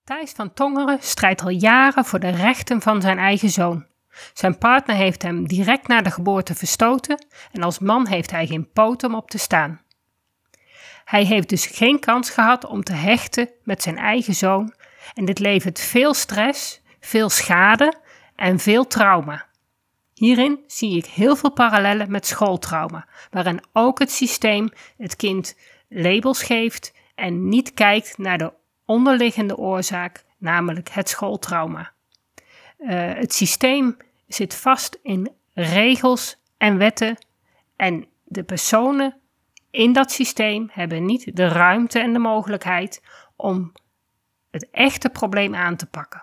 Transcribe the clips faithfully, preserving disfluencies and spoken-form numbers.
Thijs van Tongeren strijdt al jaren voor de rechten van zijn eigen zoon. Zijn partner heeft hem direct na de geboorte verstoten en als man heeft hij geen poot om op te staan. Hij heeft dus geen kans gehad om te hechten met zijn eigen zoon en dit levert veel stress, veel schade en veel trauma. Hierin zie ik heel veel parallellen met schooltrauma, waarin ook het systeem het kind labels geeft en niet kijkt naar de onderliggende oorzaak, namelijk het schooltrauma. Uh, het systeem zit vast in regels en wetten en de personen in dat systeem hebben niet de ruimte en de mogelijkheid om het echte probleem aan te pakken.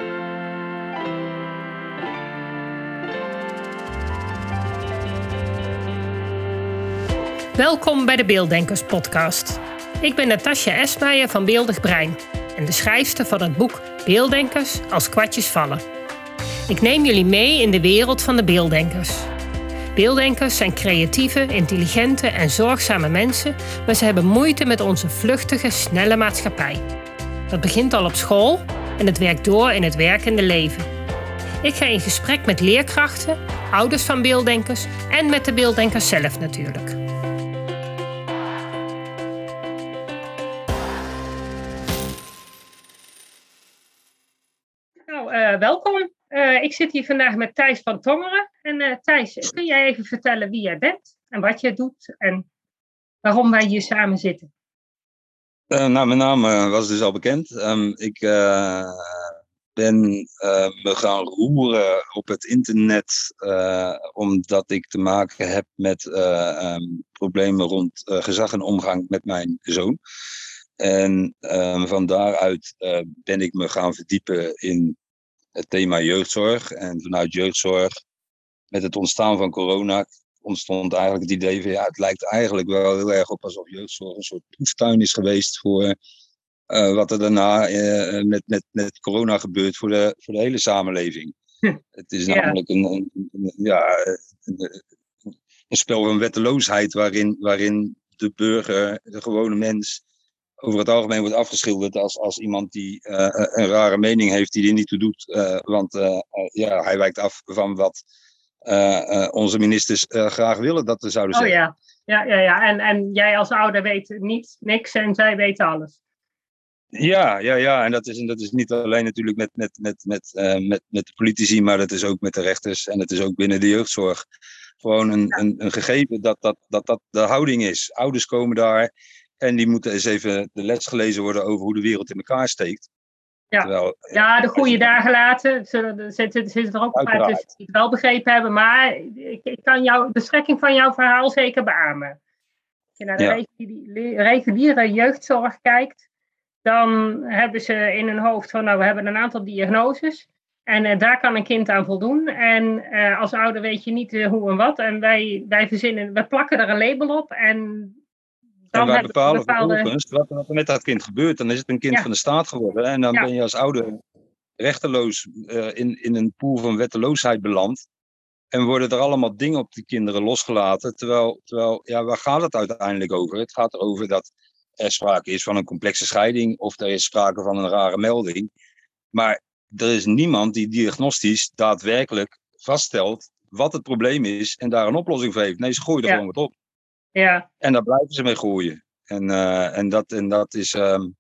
Welkom bij de Beelddenkers podcast. Ik ben Natasja Esmeijer van Beeldig Brein en de schrijfster van het boek Beelddenkers als kwartjes vallen. Ik neem jullie mee in de wereld van de beelddenkers. Beelddenkers zijn creatieve, intelligente en zorgzame mensen, maar ze hebben moeite met onze vluchtige, snelle maatschappij. Dat begint al op school en het werkt door in het werkende leven. Ik ga in gesprek met leerkrachten, ouders van beelddenkers en met de beelddenkers zelf natuurlijk. Nou, uh, welkom. Uh, ik zit hier vandaag met Thijs van Tongeren. En uh, Thijs, kun jij even vertellen wie jij bent en wat jij doet en waarom wij hier samen zitten? Uh, nou, mijn naam uh, was dus al bekend. Um, ik uh, ben uh, me gaan roeren op het internet uh, omdat ik te maken heb met uh, um, problemen rond uh, gezag en omgang met mijn zoon. En uh, van daaruit uh, ben ik me gaan verdiepen in het thema jeugdzorg. En vanuit jeugdzorg, met het ontstaan van corona, ontstond eigenlijk het idee van ja, het lijkt eigenlijk wel heel erg op alsof jeugdzorg een soort proeftuin is geweest voor uh, wat er daarna uh, met, met, met corona gebeurt voor de, voor de hele samenleving. Hm. Het is ja. namelijk een, een, een, ja, een, een spel van wetteloosheid waarin, waarin de burger, de gewone mens, over het algemeen wordt afgeschilderd als, als iemand die uh, een rare mening heeft die er niet toe doet. Uh, want uh, uh, ja, hij wijkt af van wat uh, uh, onze ministers uh, graag willen dat we zouden zeggen. Oh ja, ja, ja, ja. En, en jij als ouder weet niet, niks en zij weten alles. Ja, ja, ja. En dat is, en dat is niet alleen natuurlijk met, met, met, met, uh, met, met de politici, maar dat is ook met de rechters en het is ook binnen de jeugdzorg. Gewoon een, ja. een, een gegeven dat dat, dat dat de houding is. Ouders komen daar. En die moeten eens even de les gelezen worden over hoe de wereld in elkaar steekt. Ja, Terwijl, ja de goede dagen laten. Ze zitten er ook op uit dus die het wel begrepen hebben. Maar ik, ik kan jou, de strekking van jouw verhaal zeker beamen. Als je naar de ja. reguliere, reguliere jeugdzorg kijkt, dan hebben ze in hun hoofd van nou, we hebben een aantal diagnoses. En uh, daar kan een kind aan voldoen. En uh, als ouder weet je niet uh, hoe en wat. En wij, wij verzinnen, we plakken er een label op en Dan en wij bepalen bepaalde... vervolgens wat, wat er met dat kind gebeurt. Dan is het een kind ja. van de staat geworden. En dan ja. ben je als ouder rechteloos uh, in, in een poel van wetteloosheid beland. En worden er allemaal dingen op die kinderen losgelaten. Terwijl, terwijl ja, waar gaat het uiteindelijk over? Het gaat erover dat er sprake is van een complexe scheiding. Of er is sprake van een rare melding. Maar er is niemand die diagnostisch daadwerkelijk vaststelt wat het probleem is. En daar een oplossing voor heeft. Nee, ze gooien er ja. gewoon wat op. Ja. En daar blijven ze mee gooien. En, uh, en, dat, en dat is... Um,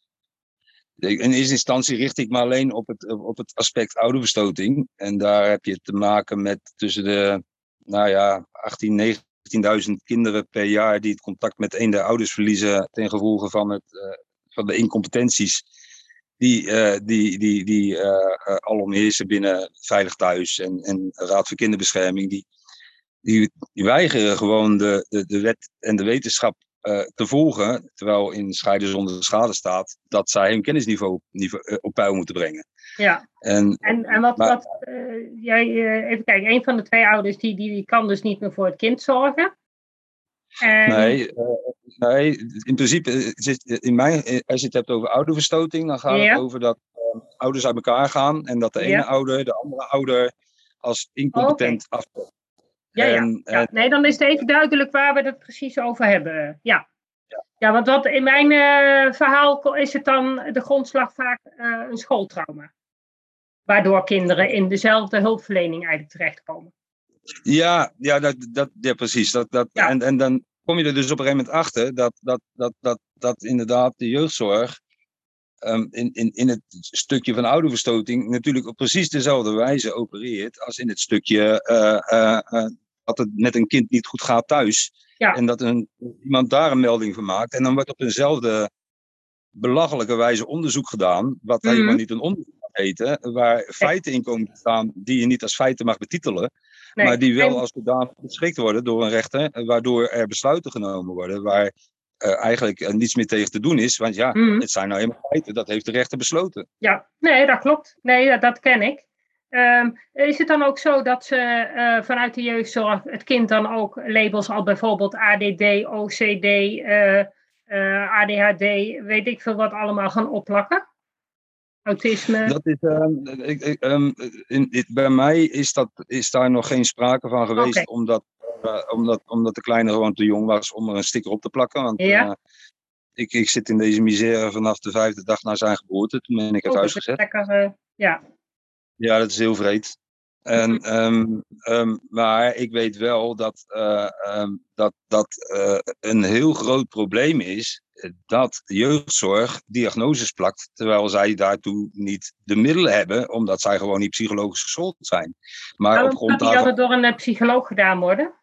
in eerste instantie richt ik me alleen op het, op het aspect ouderverstoting. En daar heb je te maken met tussen de... Nou ja, achttien, negentienduizend kinderen per jaar die het contact met een der ouders verliezen ten gevolge van, het, uh, van de incompetenties die, uh, die, die, die uh, uh, alomheersen binnen Veilig Thuis en, en Raad voor Kinderbescherming. Die, Die, die weigeren gewoon de, de, de wet en de wetenschap uh, te volgen, terwijl in Scheiden zonder schade staat dat zij hun kennisniveau niveau, uh, op peil moeten brengen. Ja, en, en, en wat, maar, wat uh, jij, uh, even kijken, een van de twee ouders die, die, die kan dus niet meer voor het kind zorgen. En... Nee, uh, nee, in principe, in mijn, als je het hebt over ouderverstoting, dan gaat ja. het over dat uh, ouders uit elkaar gaan en dat de ene ja. ouder de andere ouder als incompetent okay. afkomt. Ja, ja. En, ja, nee, dan is het even duidelijk waar we het precies over hebben. Ja. Ja, Ja, want wat in mijn uh, verhaal is het dan de grondslag vaak uh, een schooltrauma. Waardoor kinderen in dezelfde hulpverlening eigenlijk terechtkomen. Ja, ja, dat, dat, ja precies. Dat, dat, ja. En, en dan kom je er dus op een gegeven moment achter dat, dat, dat, dat, dat inderdaad de jeugdzorg um, in, in, in het stukje van ouderverstoting natuurlijk op precies dezelfde wijze opereert als in het stukje uh, uh, uh, dat het met een kind niet goed gaat thuis. Ja. En dat een, iemand daar een melding van maakt. En dan wordt op dezelfde belachelijke wijze onderzoek gedaan, wat mm-hmm. helemaal niet een onderzoek mag heten, waar feiten in komen te staan die je niet als feiten mag betitelen, nee. maar die wel als zodanig beschikt worden door een rechter, waardoor er besluiten genomen worden waar uh, eigenlijk uh, niets meer tegen te doen is, want ja, mm-hmm. het zijn nou helemaal feiten, dat heeft de rechter besloten. Ja, nee, dat klopt. Nee, dat, dat ken ik. Um, is het dan ook zo dat ze uh, vanuit de jeugdzorg het kind dan ook labels al bijvoorbeeld A D D, O C D, uh, uh, A D H D, weet ik veel wat allemaal gaan opplakken? Autisme? Dat is, um, ik, ik, um, in, in, bij mij is, dat, is daar nog geen sprake van geweest, okay. omdat, uh, omdat, omdat de kleine gewoon te jong was om er een sticker op te plakken. Want ja. uh, ik, ik zit in deze misère vanaf de vijfde dag na zijn geboorte, toen ben ik uit oh, huis gezet. Lekker, uh, ja. Ja, dat is heel vreed. En, um, um, maar ik weet wel dat, uh, um, dat, dat uh, een heel groot probleem is dat de jeugdzorg diagnoses plakt, terwijl zij daartoe niet de middelen hebben, omdat zij gewoon niet psychologisch geschoold zijn. Maar Waarom op grond kan die altijd door een psycholoog gedaan worden?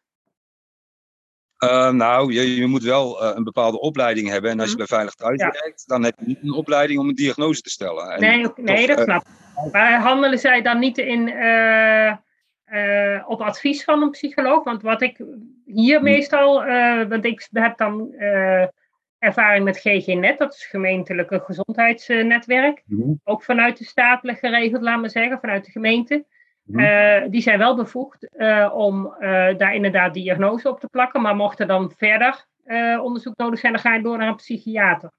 Uh, nou, je, je moet wel uh, een bepaalde opleiding hebben. En als je bij Veilig Thuis ja. werkt, dan heb je niet een opleiding om een diagnose te stellen. En nee, nee toch, dat snap ik. Uh, maar handelen zij dan niet in, uh, uh, op advies van een psycholoog? Want wat ik hier meestal, uh, want ik heb dan uh, ervaring met G G Net, dat is gemeentelijke gezondheidsnetwerk. Mm-hmm. Ook vanuit de statelijk geregeld, laat maar zeggen, vanuit de gemeente. Uh, die zijn wel bevoegd uh, om uh, daar inderdaad diagnose op te plakken. Maar mocht er dan verder uh, onderzoek nodig zijn, dan ga je door naar een psychiater.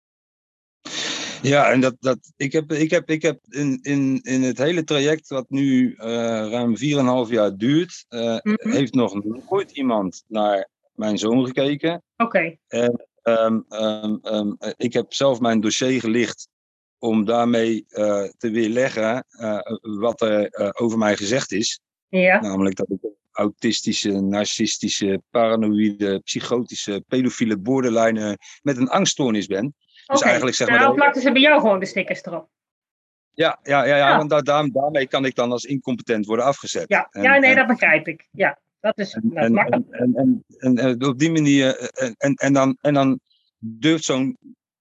Ja, en dat, dat, ik heb, ik heb, ik heb in, in, in het hele traject wat nu uh, ruim vier en een half jaar duurt, uh, mm-hmm. heeft nog nooit iemand naar mijn zoon gekeken. Oké. Okay. En um, um, um, ik heb zelf mijn dossier gelicht om daarmee uh, te weerleggen uh, wat er uh, over mij gezegd is. Ja. Namelijk dat ik een autistische, narcistische, paranoïde, psychotische, pedofiele borderliner met een angststoornis ben. Oké, dus eigenlijk zeg maar. Nou, plakken ze bij jou gewoon de stickers erop. Ja, ja, ja, ja, ja. want daar, daar, daarmee kan ik dan als incompetent worden afgezet. Ja, en, ja nee, en, dat begrijp ik. Ja, dat is, en, dat is en, makkelijk. En, en, en, en op die manier, en, en, en, dan, en dan durft zo'n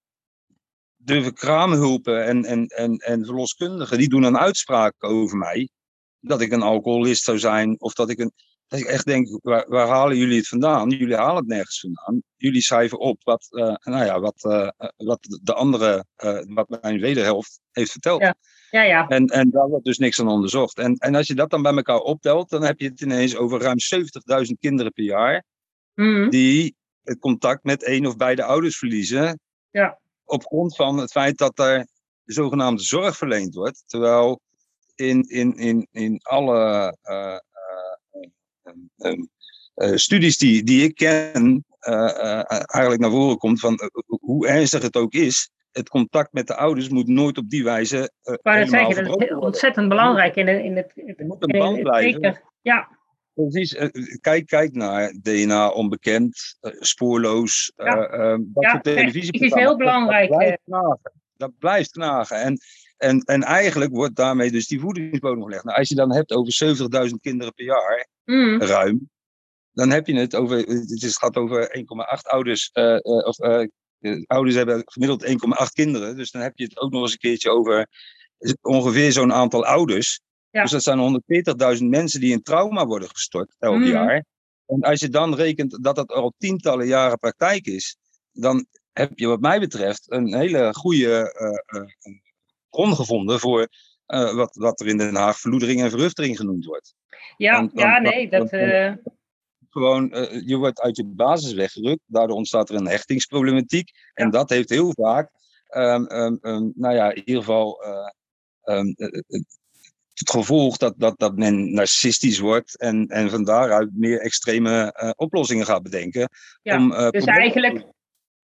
durven kraamhulpen en, en, en, en verloskundigen, die doen een uitspraak over mij, dat ik een alcoholist zou zijn, of dat ik een, dat ik echt denk, waar, waar halen jullie het vandaan? Jullie halen het nergens vandaan. Jullie schrijven op wat, uh, nou ja, wat, uh, wat de andere, uh, wat mijn wederhelft heeft verteld. Ja. Ja, ja. En, en daar wordt dus niks aan onderzocht. En, en als je dat dan bij elkaar optelt, dan heb je het ineens over ruim zeventigduizend kinderen per jaar, mm-hmm. die het contact met één of beide ouders verliezen. Ja. Op grond van het feit dat er zogenaamde zorg verleend wordt. Terwijl in, in, in, in alle uh, uh, uh, uh, studies die, die ik ken, uh, uh, eigenlijk naar voren komt van uh, hoe ernstig het ook is. Het contact met de ouders moet nooit op die wijze. Uh, ik wou net zeggen, dat is heel ontzettend belangrijk in, in het. Het moet een band blijven. Ja. Precies, kijk, kijk naar D N A onbekend, uh, spoorloos. Ja, uh, uh, dat ja soort televisieprogramma's. is heel belangrijk. Dat, dat blijft knagen. Dat blijft knagen. En, en, en eigenlijk wordt daarmee dus die voedingsbodem gelegd. Nou, als je dan hebt over zeventigduizend kinderen per jaar, mm. ruim, dan heb je het over, het gaat over één komma acht ouders, uh, uh, of uh, ouders hebben gemiddeld één komma acht kinderen. Dus dan heb je het ook nog eens een keertje over ongeveer zo'n aantal ouders. Ja. Dus dat zijn honderdveertigduizend mensen die in trauma worden gestort elk mm. jaar. En als je dan rekent dat dat al tientallen jaren praktijk is, dan heb je wat mij betreft een hele goede uh, uh, bron gevonden voor uh, wat, wat er in Den Haag verloedering en verhuftering genoemd wordt. Ja, want, ja want, nee, dat... Uh... Gewoon, uh, je wordt uit je basis weggerukt, daardoor ontstaat er een hechtingsproblematiek. Ja. En dat heeft heel vaak, um, um, um, nou ja, in ieder geval... Uh, um, uh, uh, het gevolg dat, dat, dat men narcistisch wordt en, en van daaruit meer extreme uh, oplossingen gaat bedenken. Ja, om, uh, dus eigenlijk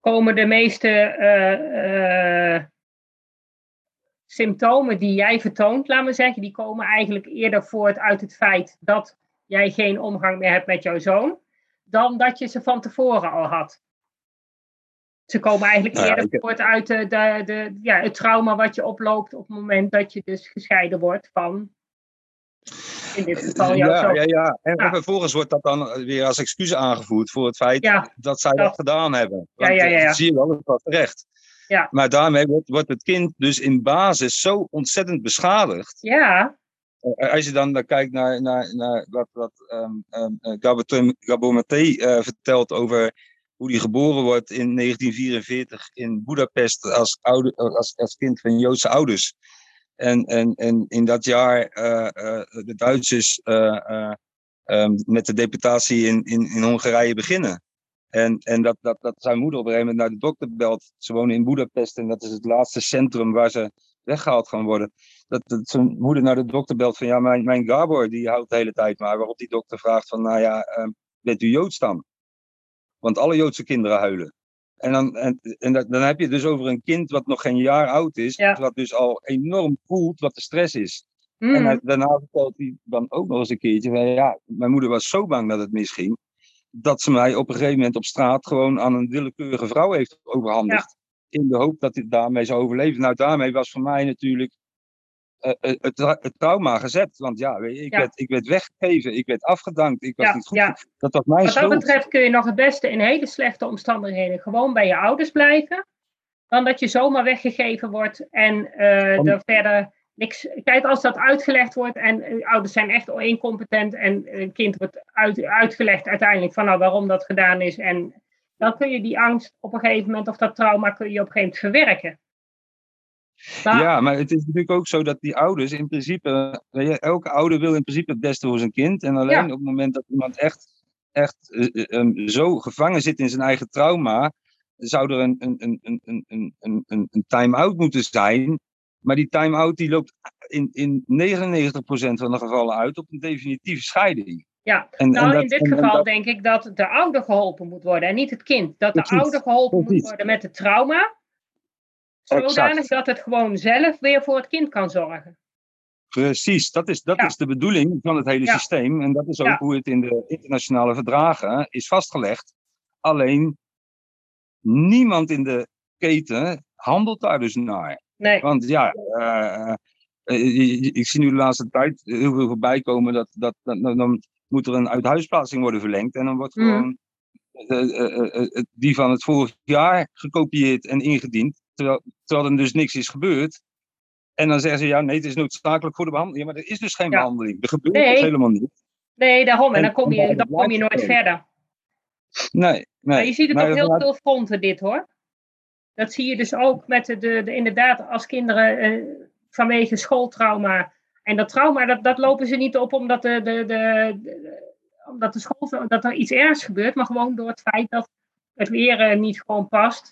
komen de meeste uh, uh, symptomen die jij vertoont, laten we zeggen, die komen eigenlijk eerder voort uit het feit dat jij geen omgang meer hebt met jouw zoon, dan dat je ze van tevoren al had. Ze komen eigenlijk nou ja, eerder ik... voort uit de, de, de, ja, het trauma wat je oploopt op het moment dat je dus gescheiden wordt van, in dit geval, jouw ja, zoon. ja, ja. En ja. vervolgens wordt dat dan weer als excuus aangevoerd voor het feit ja, dat zij dat, dat gedaan hebben. Want ja, ja, ja, ja. zie je wel, dat was terecht. Ja. Maar daarmee wordt, wordt het kind dus in basis zo ontzettend beschadigd. Ja. Als je dan, dan kijkt naar, naar, naar wat, wat um, um, Gabor Maté uh, vertelt over hoe hij geboren wordt in negentien vierenveertig in Boedapest als, oude, als, als kind van Joodse ouders. En, en, en in dat jaar uh, uh, de Duitsers uh, uh, um, met de deportatie in, in, in Hongarije beginnen. En, en dat, dat, dat zijn moeder op een gegeven moment naar de dokter belt. Ze wonen in Boedapest en dat is het laatste centrum waar ze weggehaald gaan worden. Dat, dat zijn moeder naar de dokter belt van ja, mijn, mijn Gabor die houdt de hele tijd maar. Waarop die dokter vraagt van nou ja, uh, bent u Joods dan? Want alle Joodse kinderen huilen. En, dan, en, en dat, dan heb je het dus over een kind wat nog geen jaar oud is. Ja. Wat dus al enorm voelt wat de stress is. Mm. En hij, daarna vertelt hij dan ook nog eens een keertje van ja, mijn moeder was zo bang dat het misging. Dat ze mij op een gegeven moment op straat gewoon aan een willekeurige vrouw heeft overhandigd. Ja. In de hoop dat hij daarmee zou overleven. Nou, daarmee was voor mij natuurlijk uh, het, het trauma gezet. Want ja, weet je, ik, ja. Werd, ik werd weggegeven, ik werd afgedankt, ik was ja, niet goed. Ja. Dat was mijn Wat schuld. dat betreft kun je nog het beste in hele slechte omstandigheden gewoon bij je ouders blijven. Dan dat je zomaar weggegeven wordt en uh, Om... er verder niks... Kijk, als dat uitgelegd wordt en uh, ouders zijn echt incompetent en een kind wordt uit, uitgelegd uiteindelijk van nou, waarom dat gedaan is. En dan kun je die angst op een gegeven moment of dat trauma kun je op een gegeven moment verwerken. Maar, ja, maar het is natuurlijk ook zo dat die ouders in principe... Weet je, elke ouder wil in principe het beste voor zijn kind. En alleen ja. op het moment dat iemand echt, echt uh, um, zo gevangen zit in zijn eigen trauma... zou er een, een, een, een, een, een, een, een time-out moeten zijn. Maar die time-out die loopt in, in negenennegentig procent van de gevallen uit op een definitieve scheiding. Ja, en, nou en dat, in dit en, geval en dat... denk ik dat de ouder geholpen moet worden en niet het kind. Dat de Precies. ouder geholpen Precies. moet worden met het trauma... Zodanig exact. Dat het gewoon zelf weer voor het kind kan zorgen. Precies, dat is, dat ja. is de bedoeling van het hele ja. systeem. En dat is ook ja. hoe het in de internationale verdragen is vastgelegd. Alleen, niemand in de keten handelt daar dus naar. Nee. Want ja, uh, uh, ik zie nu de laatste tijd heel veel voorbij komen dat, dat, dat dan moet er een uithuisplaatsing worden verlengd. En dan wordt gewoon mm. uh, uh, uh, die van het vorig jaar gekopieerd en ingediend. Terwijl, terwijl er dus niks is gebeurd. En dan zeggen ze, ja, nee, het is noodzakelijk voor de behandeling. Ja, maar er is dus geen ja. behandeling. Er gebeurt nee. helemaal niet. Nee, daarom. En, en dan kom je, en dan kom je nooit het verder. Nee, nee. Maar je ziet het nee, op heel vanuit... veel fronten, dit hoor. Dat zie je dus ook met de, de, de inderdaad, als kinderen eh, vanwege schooltrauma. En dat trauma, dat, dat lopen ze niet op omdat, de, de, de, de, omdat de school, dat er iets ergs gebeurt. Maar gewoon door het feit dat het leren niet gewoon past.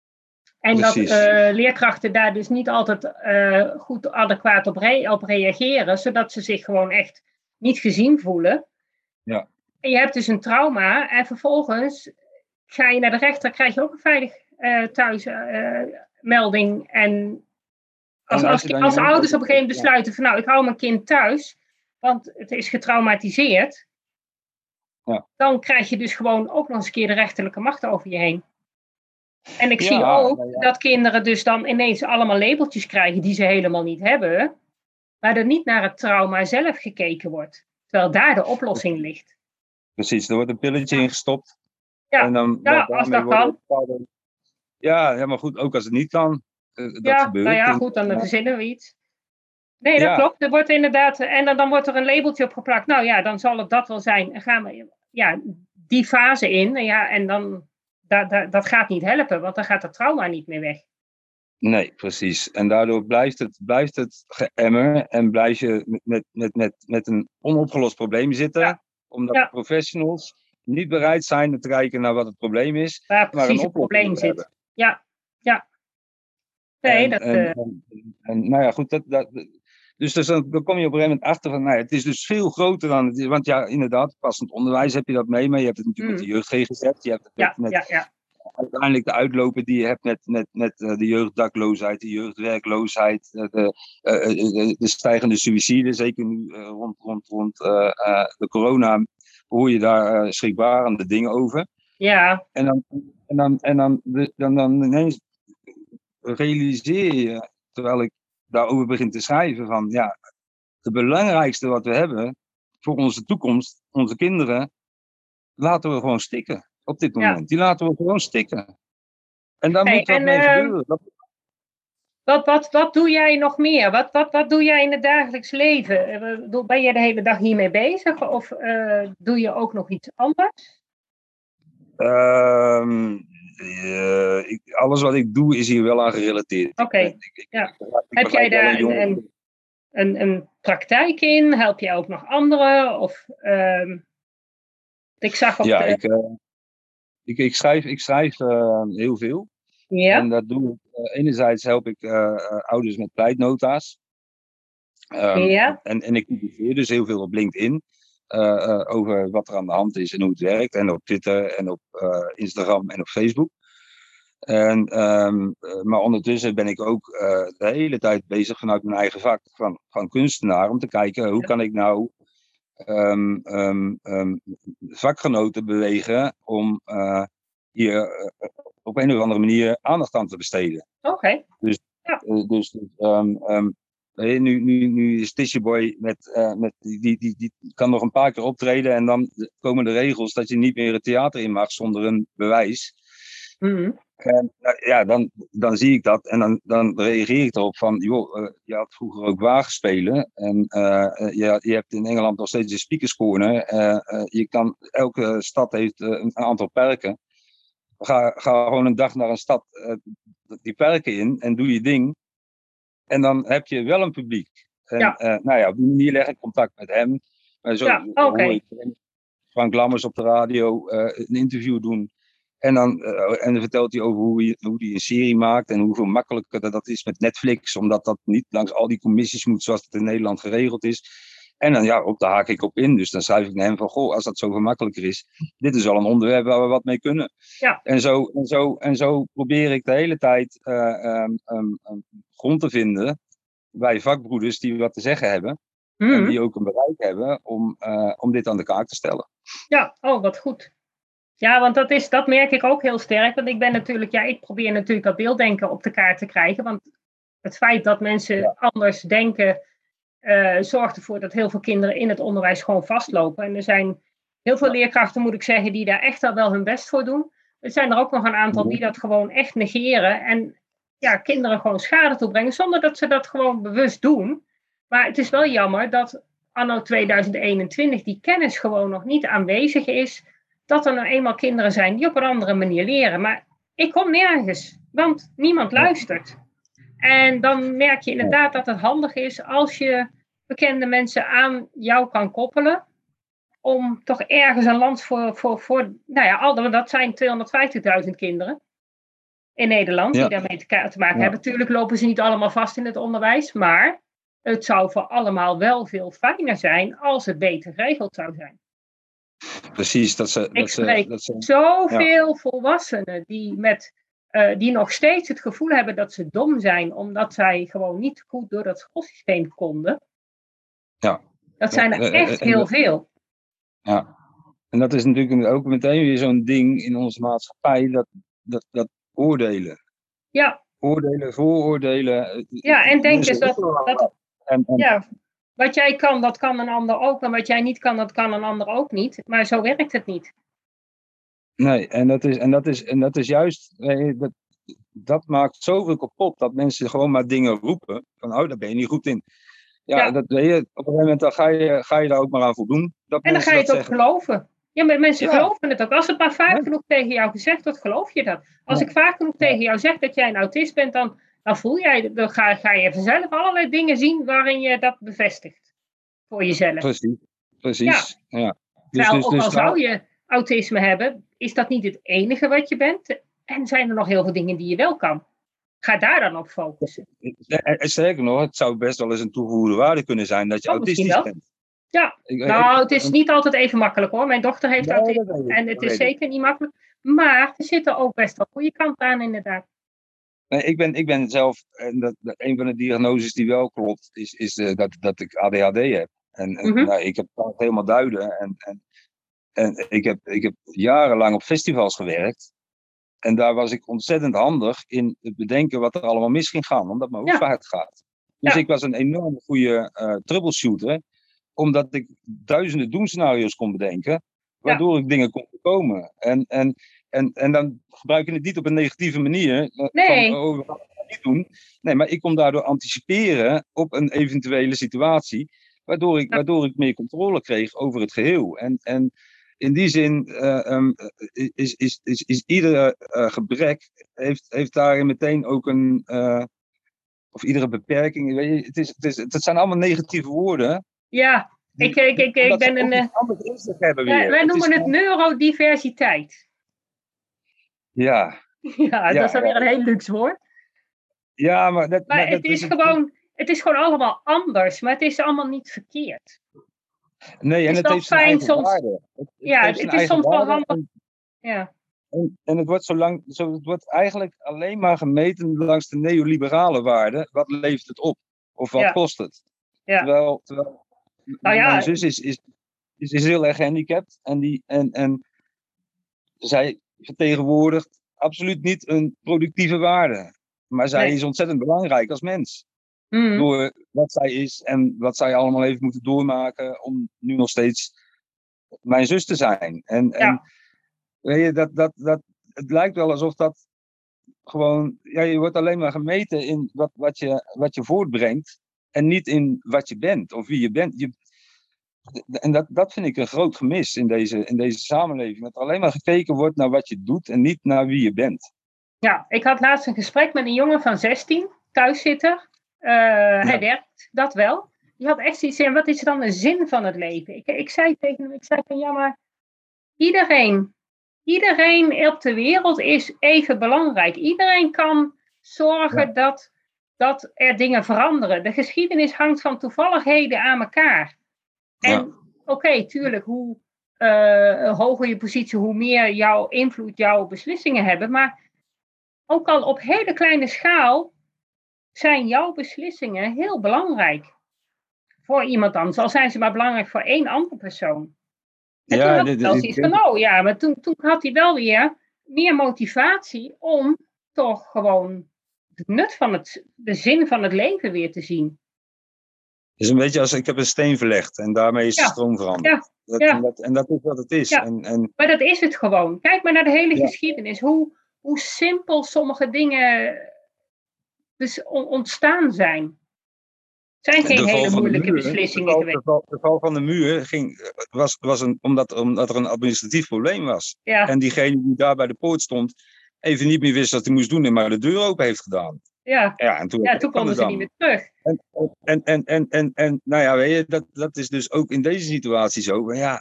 En Precies. dat uh, leerkrachten daar dus niet altijd uh, goed adequaat op, re- op reageren, zodat ze zich gewoon echt niet gezien voelen. Ja. En je hebt dus een trauma en vervolgens ga je naar de rechter, krijg je ook een veilig uh, thuismelding. Uh, en als, en als, als, als ouders op een gegeven moment besluiten van nou, ik hou mijn kind thuis, want het is getraumatiseerd, ja. dan krijg je dus gewoon ook nog eens een keer de rechterlijke macht over je heen. En ik ja, zie ook ja, ja. dat kinderen dus dan ineens allemaal labeltjes krijgen die ze helemaal niet hebben, maar er niet naar het trauma zelf gekeken wordt. Terwijl daar de oplossing ligt. Precies, er wordt een pilletje ja. ingestopt. Ja, en dan, ja als dat kan. Bepaalde... Ja, ja, maar goed, ook als het niet kan. Uh, dat ja, gebeurt. nou ja, goed, dan ja. verzinnen we iets. Nee, dat ja. klopt. Er wordt inderdaad, en dan, dan wordt er een labeltje op geplakt. Nou ja, dan zal het dat wel zijn. En gaan we ja, die fase in. En, ja, en dan... Dat, dat, dat gaat niet helpen, want dan gaat het trauma niet meer weg. Nee, precies. En daardoor blijft het, blijft het geëmmer en blijf je met, met, met, met een onopgelost probleem zitten. Ja. Omdat ja. professionals niet bereid zijn te kijken naar wat het probleem is. Waar precies maar een het probleem zit. Ja, ja. Nee, en, dat... En, uh... en, en, nou ja, goed, dat... dat Dus, dus dan, dan kom je op een gegeven moment achter van, nou ja, het is dus veel groter dan het is. Want ja, inderdaad, passend onderwijs heb je dat mee, maar je hebt het natuurlijk mm. met de jeugd G G Z, je hebt het ja, met ja, ja. uiteindelijk de uitlopen die je hebt met, met, met uh, de jeugddakloosheid, de jeugdwerkloosheid, uh, de, uh, uh, de stijgende suïcide, zeker nu uh, rond, rond, rond uh, uh, de corona, hoor je daar uh, schrikbarende dingen over. Ja. En dan, en dan, en dan, dan, dan, dan ineens realiseer je, terwijl ik daarover begin te schrijven, van ja, het belangrijkste wat we hebben voor onze toekomst, onze kinderen, laten we gewoon stikken op dit moment. Ja. Die laten we gewoon stikken. En daar hey, moet wat en, mee uh, gebeuren. Dat... Wat, wat, wat doe jij nog meer? Wat, wat, wat doe jij in het dagelijks leven? Ben je de hele dag hiermee bezig? Of uh, doe je ook nog iets anders? Uh, uh, ik, alles wat ik doe is hier wel aan gerelateerd. Oké. Okay. Ja. Heb jij daar een, een, een, een praktijk in? Help jij ook nog anderen? Of, uh, ik zag op ja, de... ik, uh, ik, ik schrijf, ik schrijf uh, heel veel. Ja. En dat doe ik. Uh, enerzijds help ik uh, uh, ouders met pleitnota's. Um, ja. En, en ik publiceer dus heel veel op LinkedIn. Uh, uh, over wat er aan de hand is en hoe het werkt. En op Twitter en op uh, Instagram en op Facebook. En, um, uh, maar ondertussen ben ik ook uh, de hele tijd bezig vanuit mijn eigen vak van, van kunstenaar. Om te kijken hoe kan ik nou um, um, um, vakgenoten bewegen om uh, hier uh, op een of andere manier aandacht aan te besteden. Oké. Okay. Dus, ja. uh, dus um, um, nu, nu, nu is Tishy Boy met, uh, met die, die, die, die kan nog een paar keer optreden en dan komen de regels dat je niet meer het theater in mag zonder een bewijs. Mm-hmm. En uh, ja, dan, dan zie ik dat en dan, dan reageer ik erop van, joh, uh, je had vroeger ook wagenspelen en uh, uh, je, je hebt in Engeland nog steeds de Speakers Corner. Uh, uh, je kan, elke stad heeft uh, een aantal perken. Ga, ga gewoon een dag naar een stad, uh, die perken in en doe je ding. En dan heb je wel een publiek. En ja. uh, nou ja, op die manier leg ik contact met hem. Uh, zo ja, okay. hoor ik Frank Lammers op de radio uh, een interview doen. En dan, uh, en dan vertelt hij over hoe hij, hoe hij een serie maakt en hoeveel makkelijker dat, dat is met Netflix, omdat dat niet langs al die commissies moet zoals het in Nederland geregeld is. En dan ja, op daar haak ik op in. Dus dan schrijf ik naar hem van, goh, als dat zo gemakkelijker is, dit is al een onderwerp waar we wat mee kunnen. Ja. En, zo, en, zo, en zo probeer ik de hele tijd uh, um, um, um, grond te vinden bij vakbroeders die wat te zeggen hebben. Mm. En die ook een bereik hebben om, uh, om dit aan de kaak te stellen. Ja, oh, wat goed. Ja, want dat, is, dat merk ik ook heel sterk. Want ik ben natuurlijk, ja, ik probeer natuurlijk dat beelddenken op de kaart te krijgen. Want het feit dat mensen ja. anders denken, uh, zorgt ervoor dat heel veel kinderen in het onderwijs gewoon vastlopen. En er zijn heel veel leerkrachten, moet ik zeggen, die daar echt al wel hun best voor doen. Er zijn er ook nog een aantal die dat gewoon echt negeren. En ja, kinderen gewoon schade toebrengen, zonder dat ze dat gewoon bewust doen. Maar het is wel jammer dat anno tweeduizend eenentwintig die kennis gewoon nog niet aanwezig is. Dat er nou eenmaal kinderen zijn die op een andere manier leren. Maar ik kom nergens, want niemand luistert. En dan merk je inderdaad dat het handig is als je bekende mensen aan jou kan koppelen. Om toch ergens een land voor, voor, voor nou ja, al, dat zijn tweehonderdvijftigduizend kinderen in Nederland ja. die daarmee te, te maken ja. hebben. Tuurlijk lopen ze niet allemaal vast in het onderwijs, maar het zou voor allemaal wel veel fijner zijn als het beter geregeld zou zijn. Precies, dat ze... Ik dat spreek ze, dat ze, zoveel ja. volwassenen die, met, uh, die nog steeds het gevoel hebben dat ze dom zijn, omdat zij gewoon niet goed door dat schoolsysteem konden. Ja. Dat zijn er echt heel veel. Ja, en dat is natuurlijk ook meteen weer zo'n ding in onze maatschappij, dat, dat, dat oordelen. Ja. Oordelen, vooroordelen. Ja, en denk eens dat... dat en, en, ja. Wat jij kan, dat kan een ander ook. En wat jij niet kan, dat kan een ander ook niet. Maar zo werkt het niet. Nee, en dat is, en dat is, en dat is juist... Dat, dat maakt zoveel kapot dat mensen gewoon maar dingen roepen. Van, oh, daar ben je niet goed in. Ja, ja. Dat, weet je, op een gegeven moment dan ga, je, ga je daar ook maar aan voldoen. Dat en dan ga je het ook zeggen. geloven. Ja, maar mensen ja. geloven het ook. Als het maar vaak ja. genoeg tegen jou gezegd wordt, geloof je dat. Als ja. ik vaak genoeg tegen jou zeg dat jij een autist bent, dan, dan voel jij, dan ga, ga je vanzelf allerlei dingen zien waarin je dat bevestigt. Voor jezelf. Precies, precies. Ja. Ja. Dus, Terwijl, dus, ook dus, al zou je autisme hebben, is dat niet het enige wat je bent. En zijn er nog heel veel dingen die je wel kan. Ga daar dan op focussen. Sterker nog, het zou best wel eens een toegevoegde waarde kunnen zijn dat je oh, autistisch bent. Ja, ik, nou, ik, het is niet altijd even makkelijk hoor. Mijn dochter heeft nee, autisme en het is zeker niet makkelijk. Maar er zitten ook best wel goede kanten aan, inderdaad. Nee, ik, ben, ik ben zelf, en dat, dat, een van de diagnoses die wel klopt, is, is uh, dat, dat ik A D H D heb. En, en Mm-hmm. nou, ik heb het helemaal duiden. En, en, en ik, heb, ik heb jarenlang op festivals gewerkt. En daar was ik ontzettend handig in het bedenken wat er allemaal mis ging gaan, omdat mijn hoofd Ja. vaak gaat. Dus Ja. ik was een enorm goede uh, troubleshooter, omdat ik duizenden doemscenario's kon bedenken, waardoor ja. ik dingen kon voorkomen. En, en, en, en dan gebruik je het niet op een negatieve manier, nee. van oh, we gaan het niet doen. Nee, maar ik kon daardoor anticiperen op een eventuele situatie, waardoor ik, ja. waardoor ik meer controle kreeg over het geheel. En, en in die zin uh, um, is, is, is, is iedere uh, gebrek, heeft, heeft daarin meteen ook een, uh, of iedere beperking, weet je, het, is, het, is, het zijn allemaal negatieve woorden. Ja, die, ik, ik, ik, ik ben een... Uh, hebben weer. Wij het noemen het gewoon... neurodiversiteit. Ja. Ja, dat ja, is dan weer een heel luxe woord. Ja, maar... Dat, maar maar het, dat, is dat, gewoon, het is gewoon allemaal anders, maar het is allemaal niet verkeerd. Nee, en het, het heeft zijn eigen soms, waarde. Het, het ja, het, het is soms wel handig. En, ja. en, en het, wordt zo lang, zo, het wordt eigenlijk alleen maar gemeten langs de neoliberale waarden. Wat levert het op? Of wat ja. kost het? Ja. Terwijl, terwijl nou ja, mijn zus is, is, is, is heel erg gehandicapt. En, die, en, en zij vertegenwoordigt absoluut niet een productieve waarde. Maar zij nee. is ontzettend belangrijk als mens. Mm. Door wat zij is en wat zij allemaal heeft moeten doormaken om nu nog steeds mijn zus te zijn. En, ja. en weet je, dat, dat, dat, het lijkt wel alsof dat gewoon, ja, je wordt alleen maar gemeten in wat, wat, je, wat je voortbrengt en niet in wat je bent of wie je bent. Je, en dat, dat vind ik een groot gemis in deze, in deze samenleving. Dat er alleen maar gekeken wordt naar wat je doet en niet naar wie je bent. Ja, ik had laatst een gesprek met een jongen van zestien, thuiszitter. Uh, ja. Hij werkt dat wel. Die had echt zoiets van, wat is dan de zin van het leven? Ik, ik zei tegen hem, ik zei van, ja, maar iedereen, iedereen op de wereld is even belangrijk. Iedereen kan zorgen ja. dat, dat er dingen veranderen. De geschiedenis hangt van toevalligheden aan elkaar. En ja. oké, okay, tuurlijk, hoe uh, hoger je positie, hoe meer jouw invloed jouw beslissingen hebben. Maar ook al op hele kleine schaal zijn jouw beslissingen heel belangrijk voor iemand anders. Al zijn ze maar belangrijk voor één andere persoon. En ja, toen had hij wel zoiets van, oh ja, maar toen, toen had hij wel weer meer motivatie om toch gewoon het nut van het, de zin van het leven weer te zien. Het is een beetje als, ik heb een steen verlegd en daarmee is ja. de stroom veranderd. Ja. Dat, ja. en, dat, en dat is wat het is. Ja. En, en... Maar dat is het gewoon. Kijk maar naar de hele ja. geschiedenis. Hoe, hoe simpel sommige dingen dus ontstaan zijn. Het zijn geen hele moeilijke muur, beslissingen de val, geweest. De val, de val van de muur ging, was, was een, omdat, omdat er een administratief probleem was. Ja. En diegene die daar bij de poort stond, even niet meer wist wat hij moest doen en maar de deur open heeft gedaan. Ja, ja en toen, ja, toen konden ze niet meer terug. En, en, en, en, en, en nou ja, weet je, dat, dat is dus ook in deze situatie zo. Maar ja,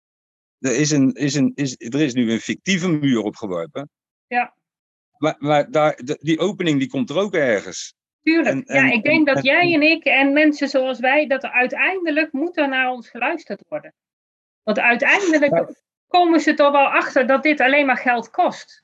er is, een, is, een, is, er is nu een fictieve muur opgeworpen. Ja. Maar, maar daar, de, die opening die komt er ook ergens. Tuurlijk, en, en, ja, ik denk en, dat jij en ik en mensen zoals wij, dat er uiteindelijk moet er naar ons geluisterd worden. Want uiteindelijk ja. komen ze toch wel achter dat dit alleen maar geld kost.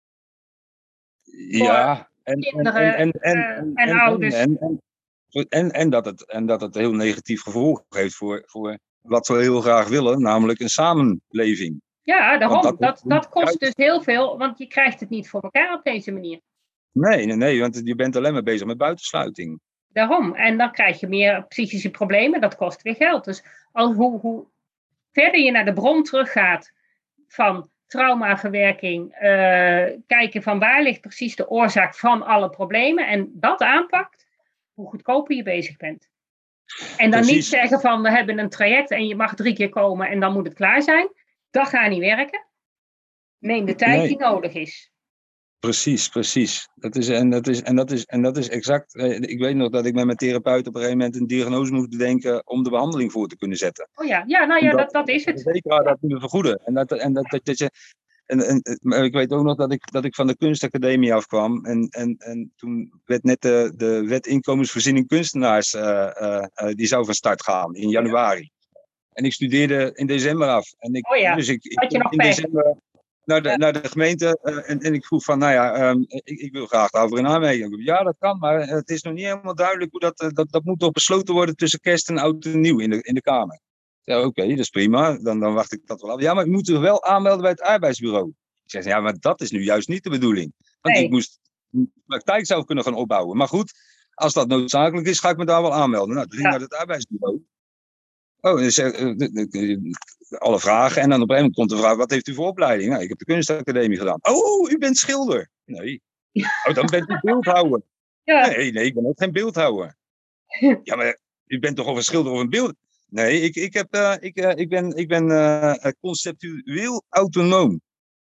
Ja, en, kinderen en, en, en, uh, en, en, en ouders. En, en, en, en, dat het, en dat het heel negatief gevolg heeft voor, voor wat we heel graag willen, namelijk een samenleving. Ja, daarom. Dat, dat, dat kost dus heel veel, want je krijgt het niet voor elkaar op deze manier. Nee, nee, nee, want je bent alleen maar bezig met buitensluiting. Daarom. En dan krijg je meer psychische problemen, dat kost weer geld. Dus al hoe, hoe verder je naar de bron teruggaat van traumaverwerking, uh, kijken van waar ligt precies de oorzaak van alle problemen en dat aanpakt, hoe goedkoper je bezig bent. En dan precies. Niet zeggen van we hebben een traject en je mag drie keer komen en dan moet het klaar zijn. Dat gaat niet werken. Neem de tijd nee. die nodig is. Precies, precies. Dat is, en, dat is, en, dat is, en dat is exact. Ik weet nog dat ik met mijn therapeut op een gegeven moment een diagnose moest bedenken om de behandeling voor te kunnen zetten. Oh ja, ja nou ja, dat, dat, dat is het. Zeker dat kunnen vergoeden. En, dat, en, dat, dat, dat je, en, en, maar ik weet ook nog dat ik, dat ik van de kunstacademie afkwam. En, en, en toen werd net de, de wet inkomensvoorziening kunstenaars, uh, uh, uh, die zou van start gaan in januari. En ik studeerde in december af. En ik, oh ja, dus ik, ik had je nog in pech? december. naar, de, Ja. naar de gemeente uh, en, en ik vroeg van, nou ja, um, ik, ik wil graag daarover in aanmerking. Ja, dat kan, maar het is nog niet helemaal duidelijk hoe dat, uh, dat, dat moet nog besloten worden tussen kerst en oud en nieuw in de, in de Kamer. Ja, oké, okay, dat is prima, dan, dan wacht ik dat wel af. Ja, maar ik moet er wel aanmelden bij het arbeidsbureau. Ik zeg, ja, maar dat is nu juist niet de bedoeling. Want Nee. ik moest de praktijk zelf kunnen gaan opbouwen. Maar goed, als dat noodzakelijk is, ga ik me daar wel aanmelden. Nou, toen ging Ja. naar het arbeidsbureau. Oh, dus, uh, uh, uh, uh, alle vragen. En dan op een gegeven moment komt de vraag, wat heeft u voor opleiding? Nou, ik heb de kunstacademie gedaan. Oh, u bent schilder. Nee. Oh, dan bent u beeldhouwer. Ja. Nee, nee, ik ben ook geen beeldhouwer. Ja, maar u bent toch of een schilder of een beeld? Nee, ik, ik, heb, uh, ik, uh, ik ben, ik ben uh, conceptueel autonoom.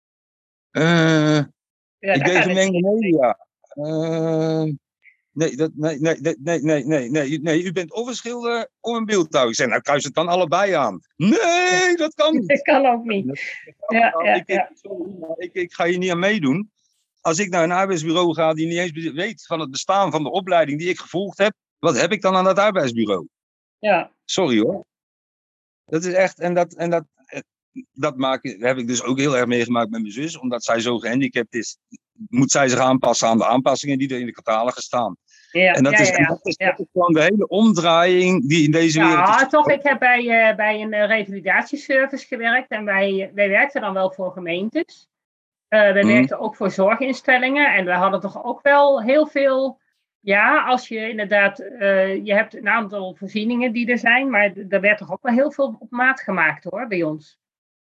Uh, Ja, ik deed gemengde niet. media. Uh, nee, dat, nee, nee, nee, nee, nee, nee, nee, nee, u bent of een schilder of een beeldhouwer. Ik zeg, nou kruis het dan allebei aan. Nee, dat kan niet. Dat kan ook niet. Ja, ja, ik, ja. ik, sorry, ik, ik ga hier niet aan meedoen. Als ik naar een arbeidsbureau ga die niet eens weet van het bestaan van de opleiding die ik gevolgd heb, wat heb ik dan aan dat arbeidsbureau? Ja. Sorry hoor. Dat is echt, en dat, en dat, dat maak, heb ik dus ook heel erg meegemaakt met mijn zus, omdat zij zo gehandicapt is, moet zij zich aanpassen aan de aanpassingen die er in de catalogus staan. Ja, en dat, ja, is, ja, en dat, is, ja. dat is gewoon de hele omdraaiing die in deze wereld ja, is. toch, ik heb bij, uh, bij een uh, revalidatieservice gewerkt en wij, wij werkten dan wel voor gemeentes. Uh, wij Mm. werkten ook voor zorginstellingen en we hadden toch ook wel heel veel, ja, als je inderdaad, uh, je hebt een aantal voorzieningen die er zijn, maar er werd toch ook wel heel veel op maat gemaakt hoor, bij ons.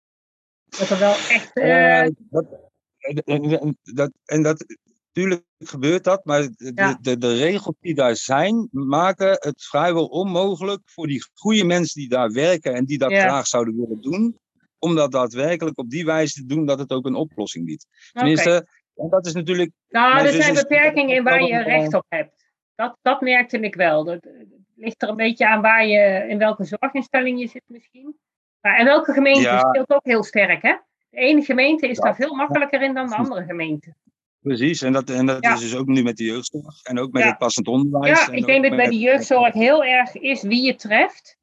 Dat er wel echt... Uh... Uh, dat, en, dat, en dat, natuurlijk gebeurt dat, maar de, ja. de, de regels die daar zijn, maken het vrijwel onmogelijk voor die goede mensen die daar werken en die dat ja. graag zouden willen doen, om dat daadwerkelijk op die wijze te doen dat het ook een oplossing biedt. Tenminste, okay. en dat is natuurlijk... Nou, er zijn beperkingen in waar je recht op hebt. Dat, dat merkte ik wel. Dat ligt er een beetje aan waar je, in welke zorginstelling je zit misschien. Maar in welke gemeente ja. speelt ook heel sterk, hè? De ene gemeente is ja. daar veel makkelijker in dan de andere gemeente. Precies, en dat, en dat ja. is dus ook nu met de jeugdzorg en ook met ja. het passend onderwijs. Ja, ik denk dat met... bij de jeugdzorg heel erg is wie je treft.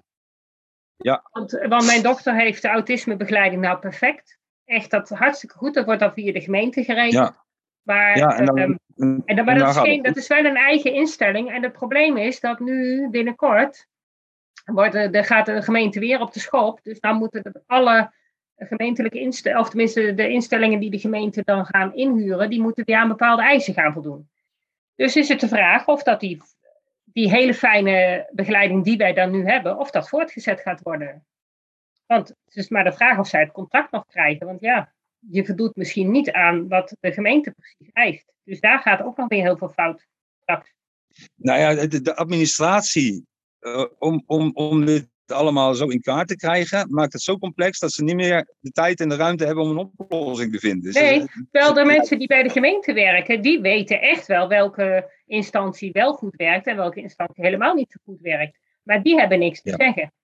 Ja. Want, want mijn dochter heeft de autismebegeleiding nou perfect. Echt, dat hartstikke goed. Dat wordt dan via de gemeente geregeld. Ja. Maar, ja, en dan, um, en dan, maar en dat, is geen, dat is wel een eigen instelling. En het probleem is dat nu binnenkort wordt, er gaat de gemeente weer op de schop. Dus dan moeten alle gemeentelijke instellingen, of tenminste de instellingen die de gemeente dan gaan inhuren, die moeten weer aan bepaalde eisen gaan voldoen. Dus is het de vraag of dat die, die hele fijne begeleiding die wij dan nu hebben, of dat voortgezet gaat worden. Want het is maar de vraag of zij het contract nog krijgen. Want ja, je voldoet misschien niet aan wat de gemeente precies eist. Dus daar gaat ook nog weer heel veel fout straks. Nou ja, de, de administratie uh, om, om, om dit allemaal zo in kaart te krijgen, maakt het zo complex dat ze niet meer de tijd en de ruimte hebben om een oplossing te vinden. Nee, dus, wel de mensen die bij de gemeente werken, die weten echt wel welke instantie wel goed werkt en welke instantie helemaal niet zo goed werkt. Maar die hebben niks te ja. zeggen.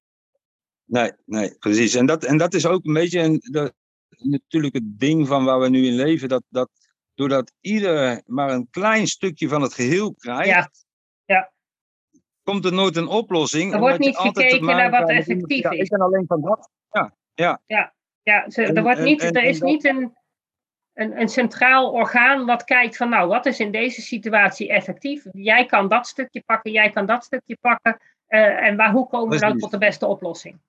Nee, nee, precies. En dat, en dat is ook een beetje een, de, natuurlijk het ding van waar we nu in leven, dat, dat doordat ieder maar een klein stukje van het geheel krijgt, ja. Ja. komt er nooit een oplossing. Er wordt niet gekeken naar wat effectief ja, is. Ik ben alleen van dat. Ja, ja. ja, ja ze, er, wordt niet, en, en, er is en niet een, een, een centraal orgaan wat kijkt van nou, wat is in deze situatie effectief? Jij kan dat stukje pakken, jij kan dat stukje pakken. Uh, en waar, hoe komen we nou tot de beste oplossing?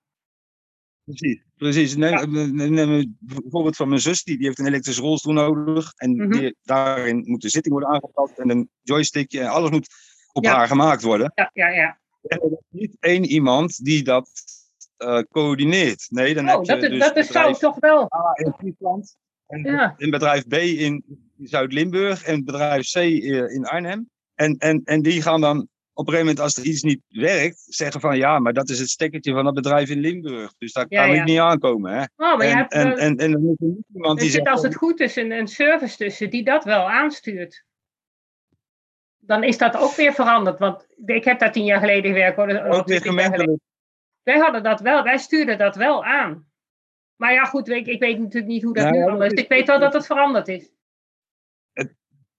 Precies, precies. Neem, ja. neem, neem bijvoorbeeld van mijn zus, die, die heeft een elektrische rolstoel nodig. En mm-hmm. die, daarin moet de zitting worden aangepast en een joystickje. En alles moet op ja. haar gemaakt worden. Ja, ja, ja. En er is niet één iemand die dat uh, coördineert. Nee, dan oh, heb je dat, dus dat is zou toch wel. A in Friesland, en ja. een bedrijf B in Zuid-Limburg en bedrijf C in Arnhem. En, en, en die gaan dan op een gegeven moment, als er iets niet werkt, zeggen van ja, maar dat is het stekkertje van dat bedrijf in Limburg. Dus daar ja, kan ja. ik niet aankomen. Hè? Oh, maar en, hebt, en, en, en, en dan moet er niet iemand er die zit zegt, als het goed is een, een service tussen die dat wel aanstuurt. Dan is dat ook weer veranderd. Want ik heb daar tien jaar geleden gewerkt. Hoor, ook weer gemeentelijk. Wij hadden dat wel, wij stuurden dat wel aan. Maar ja, goed, ik, ik weet natuurlijk niet hoe dat ja, nu ja, anders is. Ik weet wel dat het veranderd is. Het,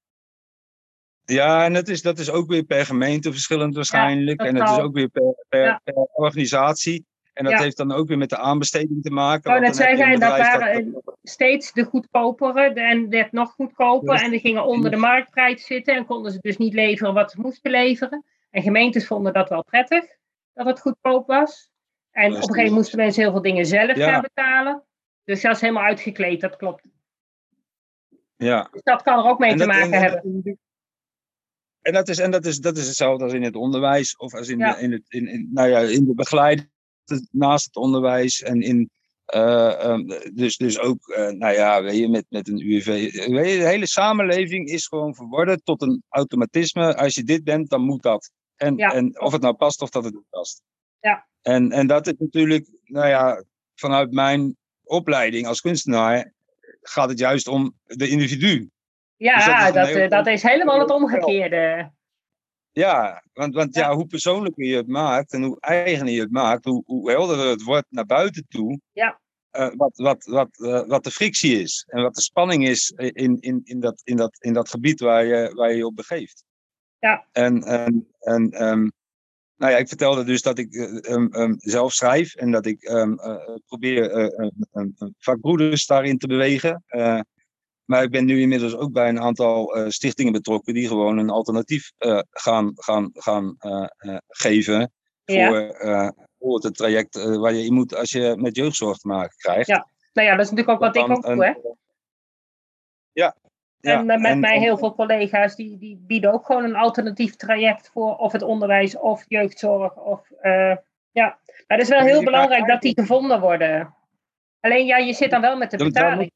ja, en dat is, dat is ook weer per gemeente verschillend waarschijnlijk. Ja, en het zal. is ook weer per, per, ja. per organisatie. En dat ja. heeft dan ook weer met de aanbesteding te maken. Oh, dat zeggen, dat waren dat... steeds de goedkopere en werd nog goedkoper. Dus, en die gingen onder de marktprijs zitten en konden ze dus niet leveren wat ze moesten leveren. En gemeentes vonden dat wel prettig, dat het goedkoop was. En op een gegeven moment moesten mensen heel veel dingen zelf ja. gaan betalen. Dus dat is helemaal uitgekleed, dat klopt. Ja. Dus dat kan er ook mee en te dat, maken en, hebben. En, en, dat, is, en dat, is, dat is hetzelfde als in het onderwijs of als in, ja. de, in, het, in, in, nou ja, in de begeleiding naast het onderwijs. En in, uh, um, dus, dus ook, uh, nou ja, weet je, met, met een U W V. Weet je, de hele samenleving is gewoon verworden tot een automatisme. Als je dit bent, dan moet dat. En, ja. en of het nou past of dat het niet past. Ja. En, en dat is natuurlijk, nou ja, vanuit mijn opleiding als kunstenaar gaat het juist om de individu. Ja, dus dat, is, dat, heel, dat is helemaal het omgekeerde. Ja, want, want ja. ja, hoe persoonlijker je het maakt en hoe eigener je het maakt, hoe, hoe helderder het wordt naar buiten toe. Ja. Uh, wat, wat, wat, uh, wat de frictie is en wat de spanning is in, in, in, dat, in, dat, in dat gebied waar je waar je, je op begeeft. Ja. En, en, en um, nou ja, ik vertelde dus dat ik uh, um, um, zelf schrijf en dat ik um, uh, probeer uh, um, um, vakbroeders daarin te bewegen. Uh, maar ik ben nu inmiddels ook bij een aantal uh, stichtingen betrokken die gewoon een alternatief uh, gaan, gaan, gaan uh, uh, geven ja. voor, uh, voor het traject uh, waar je in moet als je met jeugdzorg te maken krijgt. Ja, nou ja, dat is natuurlijk ook wat ik ook doe, hè? Ja. En ja, met en, mij heel en, veel collega's die, die bieden ook gewoon een alternatief traject voor of het onderwijs of jeugdzorg. Of, uh, ja, maar het is wel heel belangrijk dat die gevonden worden. Alleen ja, je zit dan wel met de betaling.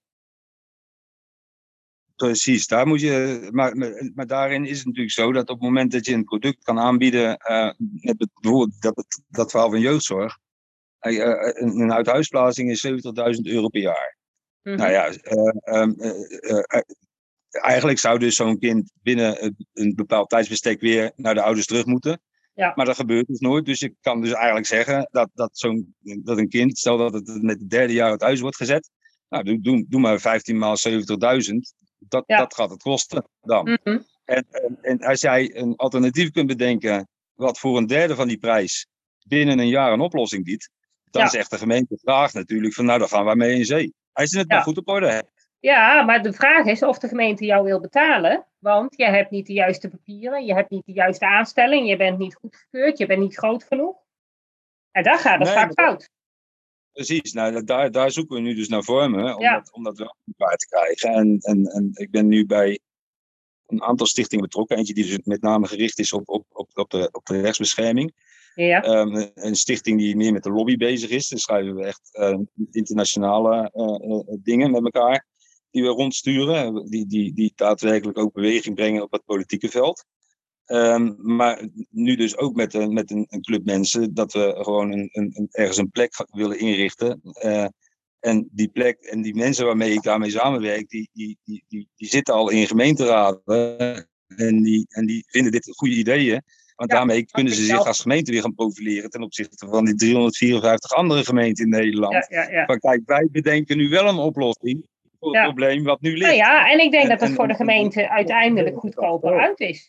Precies, daar moet je, maar, maar daarin is het natuurlijk zo dat op het moment dat je een product kan aanbieden, uh, met bijvoorbeeld dat, dat verhaal van jeugdzorg, uh, een, een uithuisplaatsing is zeventigduizend euro per jaar. Mm-hmm. Nou ja, uh, um, uh, uh, uh, eigenlijk zou dus zo'n kind binnen een bepaald tijdsbestek weer naar de ouders terug moeten. Ja. Maar dat gebeurt dus nooit. Dus je kan dus eigenlijk zeggen dat, dat, zo'n, dat een kind, stel dat het met het derde jaar uit huis wordt gezet. Nou, doe, doe, doe maar vijftien maal zeventigduizend. Dat, ja. dat gaat het kosten dan. Mm-hmm. En, en, en als jij een alternatief kunt bedenken wat voor een derde van die prijs binnen een jaar een oplossing biedt. Dan ja. zegt de gemeente graag natuurlijk van nou dan gaan wij mee in zee. Als je het ja. maar goed op orde hebt. Ja, maar de vraag is of de gemeente jou wil betalen. Want je hebt niet de juiste papieren, je hebt niet de juiste aanstelling, je bent niet goedgekeurd, je bent niet groot genoeg. En daar gaat het nee, vaak fout. Precies, nou, daar, daar zoeken we nu dus naar vormen om, ja. dat, om dat wel waar te krijgen. En, en, en ik ben nu bij een aantal stichtingen betrokken. Eentje die dus met name gericht is op, op, op, op, de, op de rechtsbescherming. Ja. Um, een stichting die meer met de lobby bezig is. Dan schrijven we echt uh, internationale uh, uh, dingen met elkaar. Die we rondsturen. Die, die, die daadwerkelijk ook beweging brengen op het politieke veld. Um, maar nu dus ook met, een, met een, een club mensen. Dat we gewoon een, een, een, ergens een plek willen inrichten. Uh, en die plek en die mensen waarmee ik daarmee samenwerk. Die, die, die, die, die zitten al in gemeenteraden. En die, en die vinden dit goede ideeën. Want ja, daarmee kunnen ze zich als gemeente weer gaan profileren ten opzichte van die driehonderdvierenvijftig andere gemeenten in Nederland. Ja, ja, ja. Maar kijk, wij bedenken nu wel een oplossing voor het ja. probleem wat nu ligt. Nou ja, en ik denk en, dat het en, voor de gemeente uiteindelijk goedkoper uit is.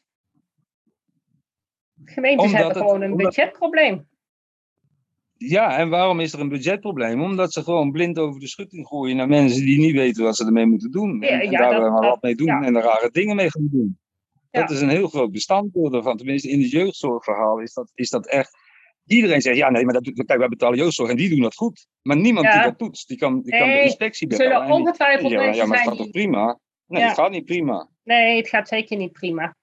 Gemeentes hebben het, gewoon een omdat, budgetprobleem. Ja, en waarom is er een budgetprobleem? Omdat ze gewoon blind over de schutting gooien naar mensen die niet weten wat ze ermee moeten doen. Ja, en, en ja, daar dat, maar dat, wat mee doen ja. en er rare dingen mee gaan doen. Ja. Dat is een heel groot bestanddeel daarvan. Tenminste, in het jeugdzorgverhaal is dat, is dat echt... Iedereen zegt, ja nee, maar dat, kijk, wij betalen jeugdzorg en die doen dat goed. Maar niemand ja. die dat doet. Die kan, die nee, kan de inspectie bellen. Zullen ongetwijfeld die, mensen ja, ja, maar het gaat die... toch prima? Nee, ja. het gaat niet prima. Nee, het gaat zeker niet prima.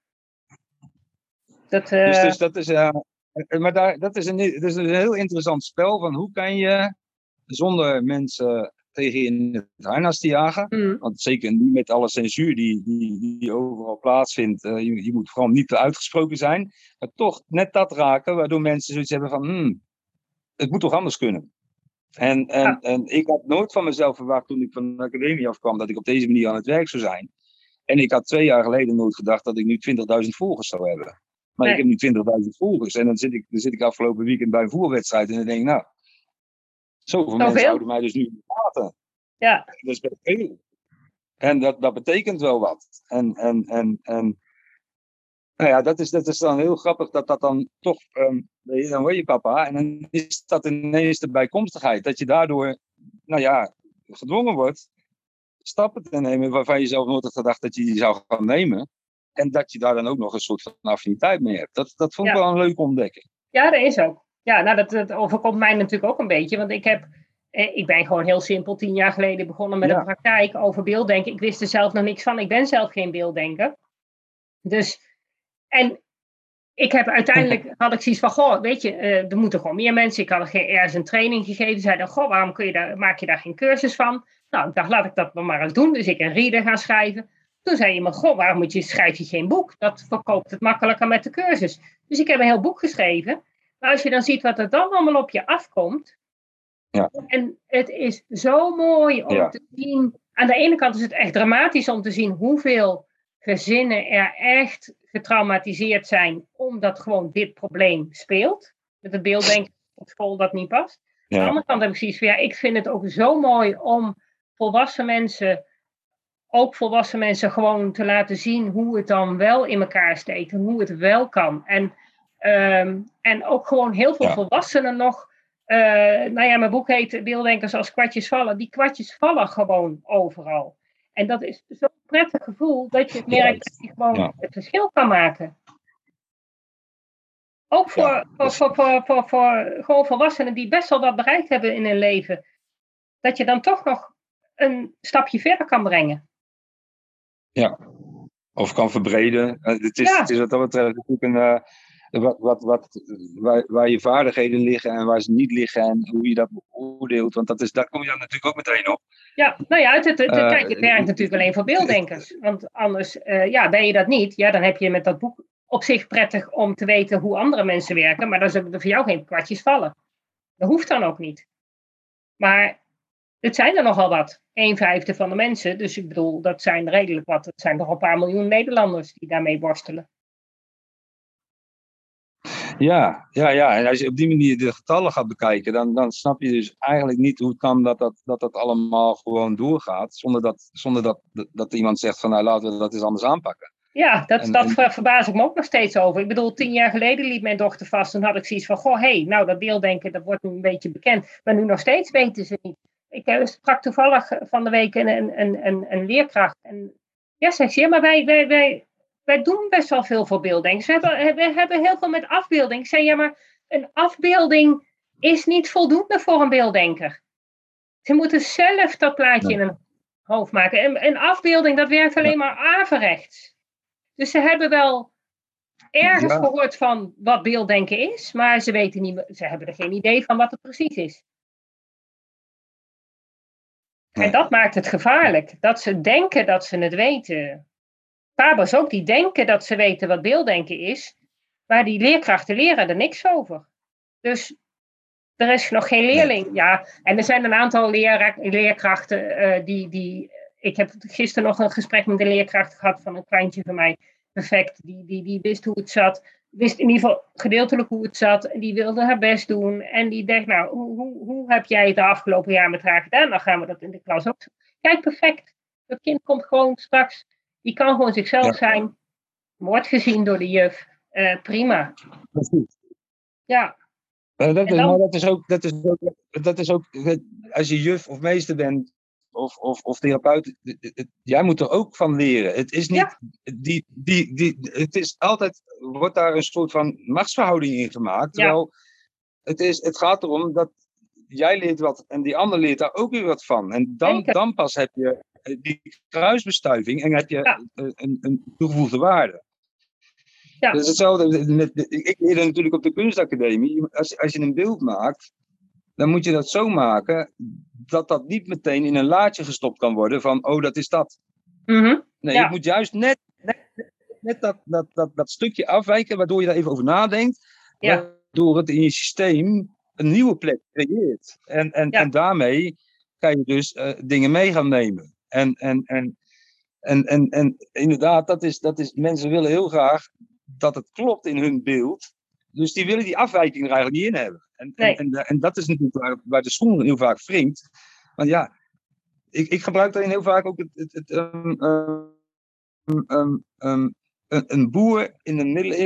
Dat, uh... dus, dus dat is... Uh, maar daar, dat, is een, dat is een heel interessant spel van hoe kan je zonder mensen tegen in het harnas te jagen. Mm. Want zeker nu met alle censuur die, die, die overal plaatsvindt, uh, je, je moet vooral niet te uitgesproken zijn, maar toch net dat raken, waardoor mensen zoiets hebben van, hmm, het moet toch anders kunnen. En, en, ja. en ik had nooit van mezelf verwacht toen ik van de academie afkwam, dat ik op deze manier aan het werk zou zijn. En ik had twee jaar geleden nooit gedacht dat ik nu twintigduizend volgers zou hebben. Maar nee. ik heb nu twintigduizend volgers en dan zit, ik, dan zit ik afgelopen weekend bij een voerwedstrijd en dan denk ik, nou, zoveel Zo mensen veel? houden mij dus nu in de gaten. Ja. Dat is best veel. En dat, dat betekent wel wat. En, en, en, en nou ja, dat is, dat is dan heel grappig dat dat dan toch um, Nee, dan word je papa. En dan is dat ineens de bijkomstigheid. Dat je daardoor, nou ja, gedwongen wordt stappen te nemen waarvan je zelf nooit had gedacht dat je die zou gaan nemen. En dat je daar dan ook nog een soort van affiniteit mee hebt. Dat, dat vond ik ja. wel een leuke ontdekking. Ja, dat is ook. Ja, nou, dat, dat overkomt mij natuurlijk ook een beetje. Want ik heb, eh, ik ben gewoon heel simpel tien jaar geleden begonnen met ja. een praktijk over beelddenken. Ik wist er zelf nog niks van. Ik ben zelf geen beelddenker. Dus, en ik heb uiteindelijk, had ik zoiets van, goh, weet je, uh, er moeten gewoon meer mensen. Ik had ergens een training gegeven. Zeiden, goh, waarom kun je daar, maak je daar geen cursus van? Nou, ik dacht, laat ik dat maar eens doen. Dus ik een reader gaan schrijven. Toen zei iemand, goh, waarom moet je, schrijf je geen boek? Dat verkoopt het makkelijker met de cursus. Dus ik heb een heel boek geschreven. Maar als je dan ziet wat er dan allemaal op je afkomt. Ja. En het is zo mooi om ja. te zien. Aan de ene kant is het echt dramatisch om te zien hoeveel gezinnen er echt getraumatiseerd zijn. Omdat gewoon dit probleem speelt. Met het beelddenken op school dat niet past. Ja. Aan de andere kant heb ik zoiets van, ja, ik vind het ook zo mooi om volwassen mensen... ook volwassen mensen gewoon te laten zien hoe het dan wel in elkaar steekt en hoe het wel kan. En, um, en ook gewoon heel veel ja. volwassenen nog. Uh, nou ja, mijn boek heet Beelddenkers als kwartjes vallen. Die kwartjes vallen gewoon overal. En dat is zo'n prettig gevoel dat je merkt dat je gewoon ja. het verschil kan maken. Ook voor, ja, voor, voor, voor, voor, voor gewoon volwassenen die best wel wat bereikt hebben in hun leven. Dat je dan toch nog een stapje verder kan brengen. Ja, of kan verbreden. Het is, ja. het is wat dat betreft natuurlijk een, uh, wat, wat, wat, waar, waar je vaardigheden liggen en waar ze niet liggen en hoe je dat beoordeelt. Want dat is, daar kom je dan natuurlijk ook meteen op. Ja, nou ja, het, het, het, uh, kijk, het werkt natuurlijk alleen voor beelddenkers. Want anders uh, ja, ben je dat niet. Ja, dan heb je met dat boek op zich prettig om te weten hoe andere mensen werken. Maar dan zullen er voor jou geen kwartjes vallen. Dat hoeft dan ook niet. Maar... het zijn er nogal wat. Een vijfde van de mensen. Dus ik bedoel, dat zijn redelijk wat. Het zijn toch een paar miljoen Nederlanders die daarmee worstelen. Ja, ja, ja. En als je op die manier de getallen gaat bekijken, dan, dan snap je dus eigenlijk niet hoe het kan dat dat, dat, dat allemaal gewoon doorgaat. Zonder dat, zonder dat, dat iemand zegt van nou laten we dat eens anders aanpakken. Ja, dat, en, dat en... verbaas ik me ook nog steeds over. Ik bedoel, tien jaar geleden liep mijn dochter vast. Toen had ik zoiets van, goh, hé, hey, nou dat beelddenken, dat wordt nu een beetje bekend. Maar nu nog steeds weten ze niet. Ik sprak toevallig van de week een, een, een, een leerkracht. En ja, zegt ze, ja, maar wij, wij, wij, wij doen best wel veel voor beelddenken. We hebben, we hebben heel veel met afbeelding. Ik zei, ja, maar een afbeelding is niet voldoende voor een beelddenker. Ze moeten zelf dat plaatje ja. in hun hoofd maken. En een afbeelding, dat werkt alleen maar averechts. Dus ze hebben wel ergens ja. gehoord van wat beelddenken is, maar ze weten niet, ze hebben er geen idee van wat het precies is. Nee. En dat maakt het gevaarlijk. Dat ze denken dat ze het weten. Fabers ook, die denken dat ze weten wat beelddenken is. Maar die leerkrachten leren er niks over. Dus er is nog geen leerling. Nee. Ja, en er zijn een aantal leer- leerkrachten uh, die, die... Ik heb gisteren nog een gesprek met een leerkracht gehad van een kleintje van mij. Perfect. Die, die, die wist hoe het zat. Wist in ieder geval gedeeltelijk hoe het zat. En die wilde haar best doen. En die dacht, nou, hoe, hoe, hoe heb jij het de afgelopen jaar met haar gedaan? Dan gaan we dat in de klas ook. Kijk, perfect. Dat kind komt gewoon straks. Die kan gewoon zichzelf ja. zijn. Wordt gezien door de juf. Uh, prima. Precies. Ja. Uh, dat, is, dan... maar dat, is ook, dat, is ook, dat is ook... Als je juf of meester bent... Of, of, of therapeut, jij moet er ook van leren. Het is niet, ja. die, die, die, het is altijd, wordt daar een soort van machtsverhouding in gemaakt. Terwijl ja. het, is, het gaat erom dat jij leert wat en die ander leert daar ook weer wat van. En dan, dan pas heb je die kruisbestuiving en heb je ja. een, een toegevoegde waarde. Ja. Dat is hetzelfde. Met, ik leerde natuurlijk op de kunstacademie. Als, als je een beeld maakt, dan moet je dat zo maken dat dat niet meteen in een laadje gestopt kan worden van, oh, dat is dat. Mm-hmm. Nee, ja. je moet juist net, net, net dat, dat, dat, dat stukje afwijken, waardoor je daar even over nadenkt, ja. waardoor het in je systeem een nieuwe plek creëert. En, en, ja. en daarmee kan je dus uh, dingen mee gaan nemen. En, en, en, en, en, en inderdaad, dat is, dat is, mensen willen heel graag dat het klopt in hun beeld. Dus die willen die afwijking er eigenlijk niet in hebben. En, nee. en, en, en dat is natuurlijk waar, waar de schoen heel vaak wringt. Want ja, ik, ik gebruik daarin heel vaak ook het, het, het, um, um, um, um, een, een boer in de middeleeuwen.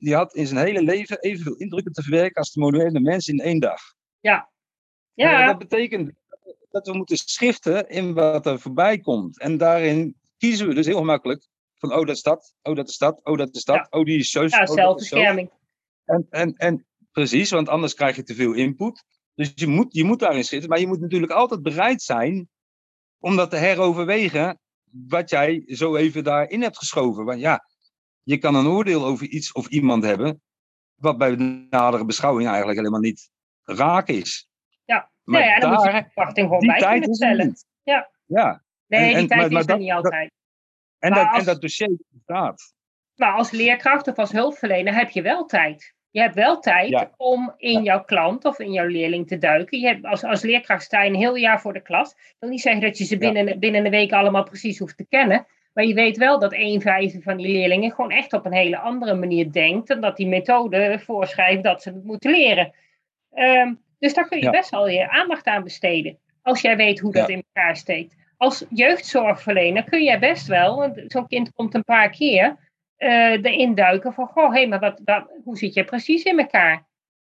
die had in zijn hele leven evenveel indrukken te verwerken als de moderne mens in één dag. Ja. Ja. En dat betekent dat we moeten schiften in wat er voorbij komt. En daarin kiezen we dus heel gemakkelijk van, oh, dat is dat, oh, dat is dat, oh, dat is dat, ja. oh, die is zo. Ja, oh, zelfbescherming. En, en, en precies, want anders krijg je te veel input. Dus je moet, je moet daarin schiften, maar je moet natuurlijk altijd bereid zijn om dat te heroverwegen wat jij zo even daarin hebt geschoven. Want ja, je kan een oordeel over iets of iemand hebben wat bij de nadere beschouwing eigenlijk helemaal niet raak is. Ja, maar ja, dan daar, moet je de verwachting gewoon bij kunnen stellen. Ja. ja. Nee, die en, tijd maar, is maar er dat, niet altijd. En dat, als, en dat dossier bestaat. Maar als leerkracht of als hulpverlener heb je wel tijd. Je hebt wel tijd ja. om in ja. jouw klant of in jouw leerling te duiken. Je hebt, als, als leerkracht sta je een heel jaar voor de klas. Ik wil niet zeggen dat je ze binnen, ja. binnen een week allemaal precies hoeft te kennen. Maar je weet wel dat een vijfde van die leerlingen gewoon echt op een hele andere manier denkt. En dat die methode voorschrijft dat ze het moeten leren. Um, dus daar kun je ja. best wel je aandacht aan besteden. Als jij weet hoe dat ja. in elkaar steekt. Als jeugdzorgverlener kun jij best wel, zo'n kind komt een paar keer, uh, erin duiken van, goh, hé, hey, maar wat, wat, hoe zit je precies in elkaar?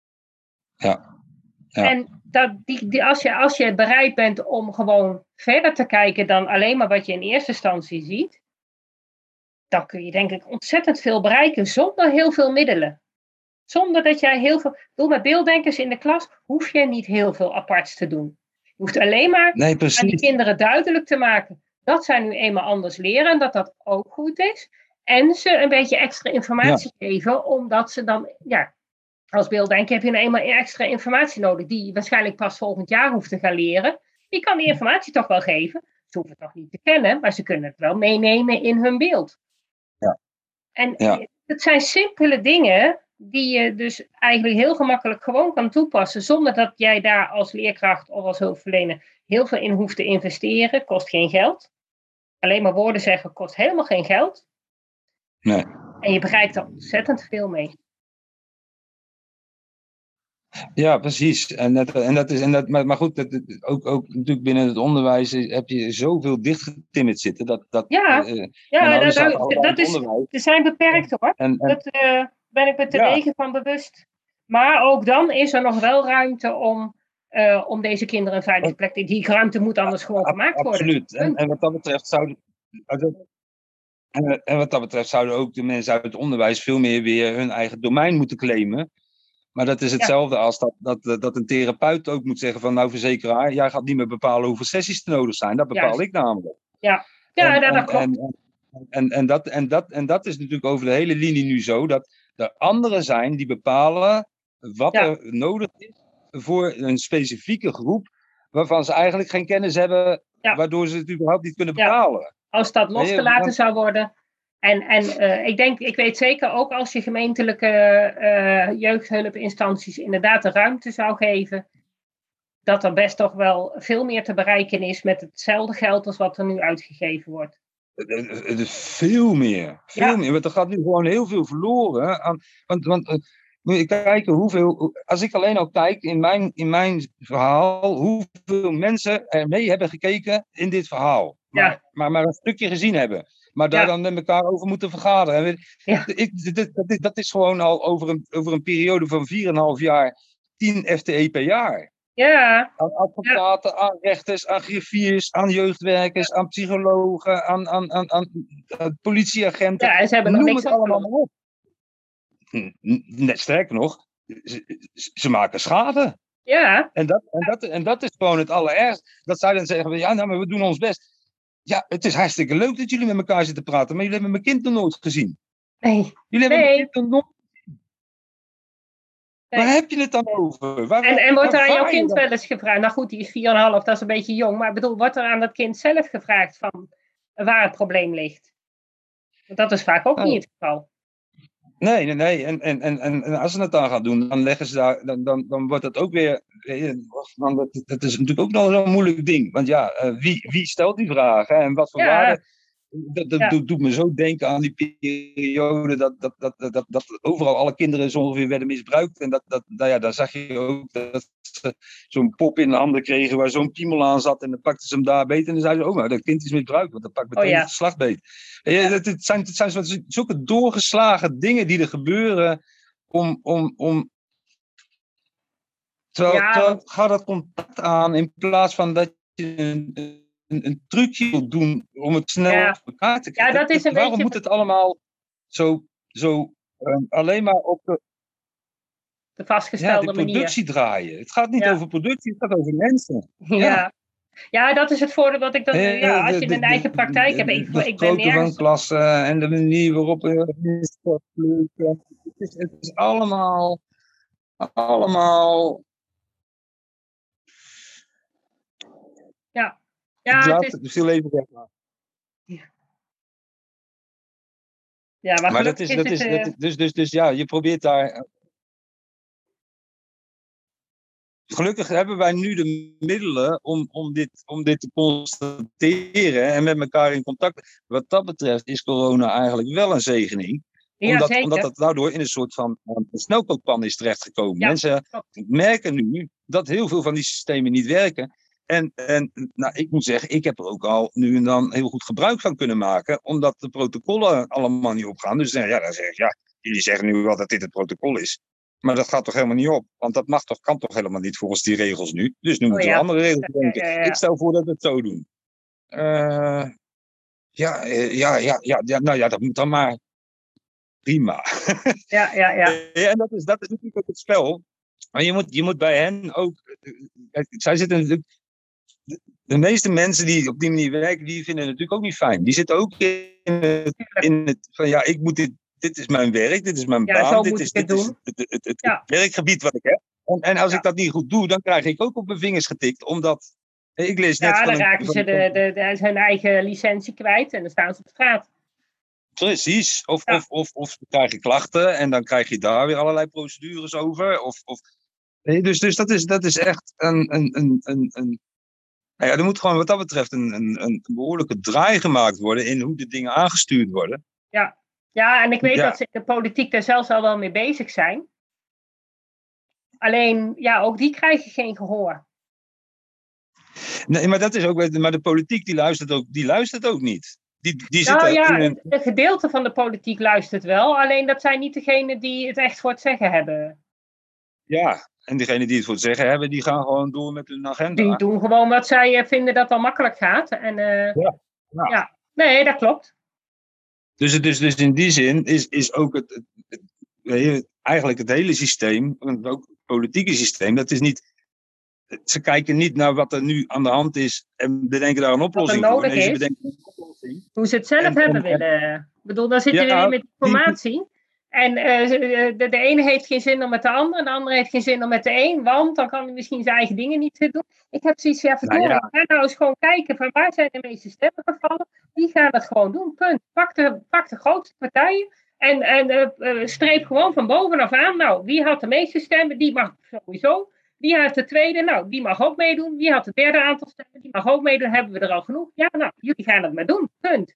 Ja. ja. En dat, die, die, als, je, als je bereid bent om gewoon verder te kijken dan alleen maar wat je in eerste instantie ziet, dan kun je denk ik ontzettend veel bereiken zonder heel veel middelen. Zonder dat jij heel veel... Doe met beelddenkers in de klas hoef je niet heel veel aparts te doen. Je hoeft alleen maar nee, aan die kinderen duidelijk te maken dat zij nu eenmaal anders leren en dat dat ook goed is. En ze een beetje extra informatie ja. geven, omdat ze dan... ja, als beelddenker heb je nou eenmaal extra informatie nodig die je waarschijnlijk pas volgend jaar hoeft te gaan leren. Je kan die informatie toch wel geven. Ze hoeven het nog niet te kennen, maar ze kunnen het wel meenemen in hun beeld. Ja. En ja. het zijn simpele dingen die je dus eigenlijk heel gemakkelijk gewoon kan toepassen, zonder dat jij daar als leerkracht of als hulpverlener heel veel in hoeft te investeren. Kost geen geld. Alleen maar woorden zeggen kost helemaal geen geld. Nee. En je bereikt er ontzettend veel mee. Ja, precies. En dat, en dat is, en dat, maar, maar goed, dat, ook, ook natuurlijk binnen het onderwijs heb je zoveel dichtgetimmerd zitten. Dat, dat, ja, uh, ja dat, dat, dat is, er zijn beperkt hoor. En, en, dat uh, ben ik me te ja. wegen van bewust. Maar ook dan is er nog wel ruimte om, uh, om deze kinderen een veilige plek te... Die ruimte moet anders gewoon a, gemaakt worden. Absoluut. En, en wat dat betreft zouden... En, en wat dat betreft zouden ook de mensen uit het onderwijs veel meer weer hun eigen domein moeten claimen. Maar dat is hetzelfde ja. als dat, dat, dat een therapeut ook moet zeggen van nou verzekeraar, jij gaat niet meer bepalen hoeveel sessies er nodig zijn. Dat bepaal Juist. ik namelijk. Ja, ja en, dat, dat klopt. En, en, en, dat, en, dat, en dat is natuurlijk over de hele linie nu zo, dat er anderen zijn die bepalen wat ja. er nodig is voor een specifieke groep, waarvan ze eigenlijk geen kennis hebben, ja. waardoor ze het überhaupt niet kunnen bepalen. Ja. Als dat losgelaten ja, zou worden... En, en uh, ik denk, ik weet zeker ook als je gemeentelijke uh, jeugdhulpinstanties inderdaad de ruimte zou geven, dat er best toch wel veel meer te bereiken is met hetzelfde geld als wat er nu uitgegeven wordt. Het is veel meer. Veel ja. meer. Want er gaat nu gewoon heel veel verloren. Aan, want want uh, moet je kijken hoeveel, als ik alleen al kijk in mijn, in mijn verhaal, hoeveel mensen er mee hebben gekeken in dit verhaal. Maar, ja. maar, maar een stukje gezien hebben. Maar daar ja. dan met elkaar over moeten vergaderen. En ja. ik, dat, dat, dat is gewoon al over een, over een periode van vier komma vijf jaar tien F T E per jaar. Ja. Aan advocaten, ja. aan rechters, aan griffiers, aan jeugdwerkers, aan psychologen, aan, aan, aan, aan, aan politieagenten. Ja, en ze hebben nog Noem niks het allemaal maar op. Net sterker nog, ze, ze maken schade. Ja. En dat, en, dat, en dat is gewoon het allerergste. Dat zij dan zeggen, ja, nou, maar we doen ons best. Ja, het is hartstikke leuk dat jullie met elkaar zitten praten, maar jullie hebben mijn kind nog nooit gezien. Nee. Jullie hebben nee. mijn kind nog nooit gezien. Nee. Waar heb je het dan over? Waar, en, en wordt er aan jouw kind wel eens gevraagd? Nou goed, die is vier komma vijf, dat is een beetje jong. Maar ik bedoel, wordt er aan dat kind zelf gevraagd van waar het probleem ligt? Want dat is vaak ook oh. niet het geval. Nee, nee, nee. En, en, en, en als ze het dan gaan doen, dan leggen ze daar, dan, dan, dan wordt het ook weer. Dan, dat, dat is natuurlijk ook nog zo'n moeilijk ding. Want ja, uh, wie, wie stelt die vragen? En wat voor, ja. waarde, dat, dat Ja. doet, doet me zo denken aan die periode dat, dat, dat, dat, dat overal alle kinderen zo ongeveer werden misbruikt. En dat, dat, nou ja, daar zag je ook dat ze zo'n pop in de handen kregen waar zo'n piemel aan zat. En dan pakten ze hem daar beet. En dan zeiden ze, oh, maar dat kind is misbruikt, want dat pakt meteen Oh, ja. het geslachtbeet. En ja, het, het zijn, het zijn zulke doorgeslagen dingen die er gebeuren om... om, om terwijl, Ja, terwijl want- ga dat contact aan in plaats van dat je een, een, een trucje wil doen om het snel Ja. op elkaar te Ja, krijgen. dat is een Waarom beetje- moet het allemaal zo, zo um, alleen maar op de, De ja, vastgestelde de manier. productie draaien? Het gaat niet Ja. over productie, het gaat over mensen. Ja. Ja, dat is het voordeel wat ik dan... Eh, ja, als de- je een de- eigen de- praktijk de- hebt. de- Ik, De ik ben grootte van nergens... klassen en de manier waarop er is. Het is, het is allemaal, allemaal. Ja, ik ja laat het is... het veel even weg. Maar, Ja, maar, maar dat gelukkig is, dat het, is, eh, dat is dus, dus, dus ja, je probeert daar. Gelukkig hebben wij nu de middelen om, om, dit, om dit te constateren en met elkaar in contact. Wat dat betreft is corona eigenlijk wel een zegening. ja, Omdat, zeker. omdat dat daardoor in een soort van um, snelkookpan is terechtgekomen. Ja, Mensen klopt. merken nu dat heel veel van die systemen niet werken. En, en nou, ik moet zeggen, ik heb er ook al nu en dan heel goed gebruik van kunnen maken. Omdat de protocollen allemaal niet opgaan. Dus ja, dan zeg ik, ja, jullie zeggen nu wel dat dit het protocol is. Maar dat gaat toch helemaal niet op? Want dat mag toch, kan toch helemaal niet volgens die regels nu? Dus nu Oh, moeten ja. we andere regels Ja, bedenken. ja, ja. Ik stel voor dat we het zo doen. Uh, ja, uh, ja, ja, ja, ja, nou ja, dat moet dan maar. Prima. Ja, ja, ja. ja en dat is, dat is natuurlijk ook het spel. Maar je moet, je moet bij hen ook... Kijk, zij zitten natuurlijk... De, de meeste mensen die op die manier werken, die vinden het natuurlijk ook niet fijn. Die zitten ook in het... In het van ja, ik moet dit... Dit is mijn werk, dit is mijn Ja, baan, zo dit moet is, ik het dit is doen. het, het, het, het Ja. werkgebied wat ik heb. En, en als Ja. ik dat niet goed doe, dan krijg ik ook op mijn vingers getikt. Omdat... Ik lees net Ja, van dan een, raken van ze de, de, de, hun eigen licentie kwijt en dan staan ze op straat. Precies, of, Ja. of, of, of ze krijgen klachten en dan krijg je daar weer allerlei procedures over. Of, of... Nee, dus dus dat, is, dat is echt een... een, een, een, een... Nou ja, er moet gewoon wat dat betreft een, een, een behoorlijke draai gemaakt worden in hoe de dingen aangestuurd worden. Ja, ja en ik weet Ja. dat ze in de politiek daar zelfs al wel mee bezig zijn. Alleen, ja, ook die krijgen geen gehoor. Nee, maar dat is ook... Maar de politiek die luistert ook, die luistert ook niet. Die, die Nou zitten ja, in een... een gedeelte van de politiek luistert wel. Alleen dat zijn niet degenen die het echt voor het zeggen hebben. Ja, en diegenen die het voor het zeggen hebben, die gaan gewoon door met hun agenda. Die doen gewoon wat zij vinden dat wel makkelijk gaat. En, uh, Ja, ja. ja, nee, dat klopt. Dus, het, dus, dus in die zin is, is ook het, het, het, weet je, eigenlijk het hele systeem, ook het politieke systeem, dat is niet... Ze kijken niet naar wat er nu aan de hand is en bedenken daar een oplossing wat er voor. nodig Nee, ze is. bedenken een oplossing. Hoe ze het zelf En- hebben en- willen. Ik bedoel, dan zit je Ja, weer met die- informatie. En uh, de, de ene heeft geen zin om met de ander. En de andere heeft geen zin om met de een. Want dan kan hij misschien zijn eigen dingen niet doen. Ik heb zoiets van, ja, verdorie. Nou Ga nou eens gewoon kijken van waar zijn de meeste stemmen gevallen. Die gaan dat gewoon doen. Punt. Pak de, pak de grootste partijen. En, en uh, uh, streep gewoon van bovenaf aan. Nou, wie had de meeste stemmen? Die mag sowieso. Wie had de tweede? Nou, die mag ook meedoen. Wie had het derde aantal stemmen? Die mag ook meedoen. Hebben we er al genoeg? Ja, nou, jullie gaan het maar doen. Punt.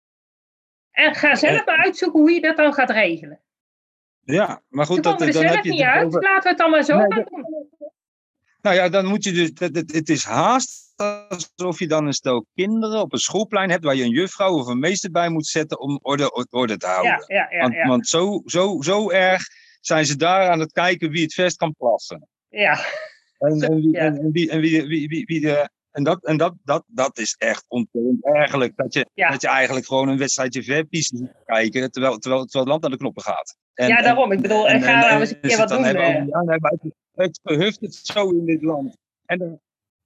En ga zelf maar uitzoeken hoe je dat dan gaat regelen. Ja, maar goed, Ze dat, komen er dan zelf heb je niet het uit. over- Laten we het dan maar zo Nee, gaan dat- doen. Nou ja, dan moet je dus... Het, het, het is haast alsof je dan een stel kinderen op een schoolplein hebt waar je een juffrouw of een meester bij moet zetten om orde, orde te houden. Ja, ja, ja. want ja. want zo, zo, zo erg zijn ze daar aan het kijken wie het verst kan plassen. ja. En, en, wie, Ja. en, en wie, en wie, wie, wie, wie de... En, dat, en dat, dat, dat is echt ontzettend ergerlijk. Dat je, Ja. dat je eigenlijk gewoon een wedstrijdje verpiezen zit te kijken terwijl, terwijl, terwijl het land aan de knoppen gaat. En, Ja, daarom. Ik bedoel, en, ga en, nou en eens een ze keer het wat dan doen, hebben over, eh. ja, nee, maar het, het verhuft het zo in dit land. En dan,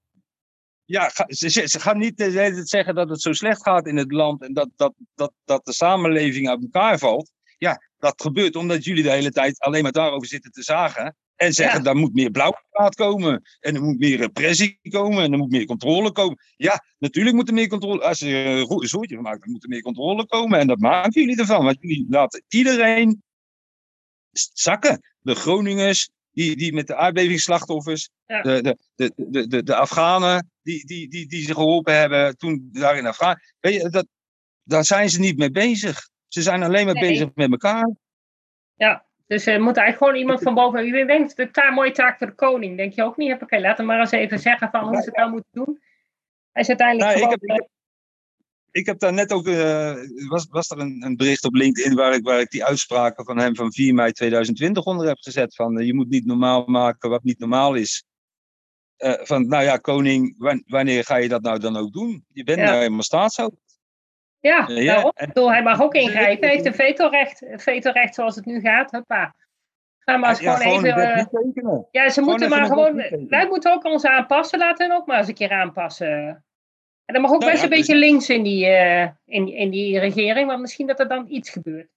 ja, ga, ze, ze ze gaan niet de hele tijd zeggen dat het zo slecht gaat in het land en dat, dat, dat, dat de samenleving uit elkaar valt. Ja, dat gebeurt omdat jullie de hele tijd alleen maar daarover zitten te zagen. En zeggen, Ja. daar moet meer blauwpraat komen. En er moet meer repressie komen. En er moet meer controle komen. Ja, natuurlijk moet er meer controle... Als je er een goed soortje van maakt, dan moet er meer controle komen. En dat maken jullie ervan. Want jullie laten iedereen zakken. De Groningers, die, die met de aardbevingsslachtoffers. Ja. De, de, de, de, de, de Afghanen, die, die, die, die ze geholpen hebben toen daar in Afghanistan. Weet je, dat... daar zijn ze niet mee bezig. Ze zijn alleen maar nee. bezig met elkaar. Ja, dus er moet eigenlijk gewoon iemand van boven... Ik denk, de ta- mooie taak voor de koning, denk je ook niet? Oké, okay, laat hem maar eens even zeggen van hoe ja, ze het nou moeten doen. Hij is uiteindelijk nou, gewoon... Ik heb, ik, heb, ik heb daar net ook... Uh, was, was er een, een bericht op LinkedIn waar ik, waar ik die uitspraken van hem van vier mei tweeduizend twintig onder heb gezet. Van uh, je moet niet normaal maken wat niet normaal is. Uh, van, nou ja, koning, wanneer ga je dat nou dan ook doen? Je bent ja. nou helemaal staatshoofd. Ja, uh, ja. En, bedoel, hij mag ook ingrijpen. Hij heeft een vetorecht. Een vetorecht zoals het nu gaat. Hoppa. Ga maar eens ja, gewoon, gewoon even... Uh, ja, ze gewoon moeten maar gewoon... Wij moeten ook ons aanpassen. Laten we ook maar eens een keer aanpassen. En dat mag ook nou, best ja, een dus... beetje links in die, uh, in, in die regering. Want misschien dat er dan iets gebeurt.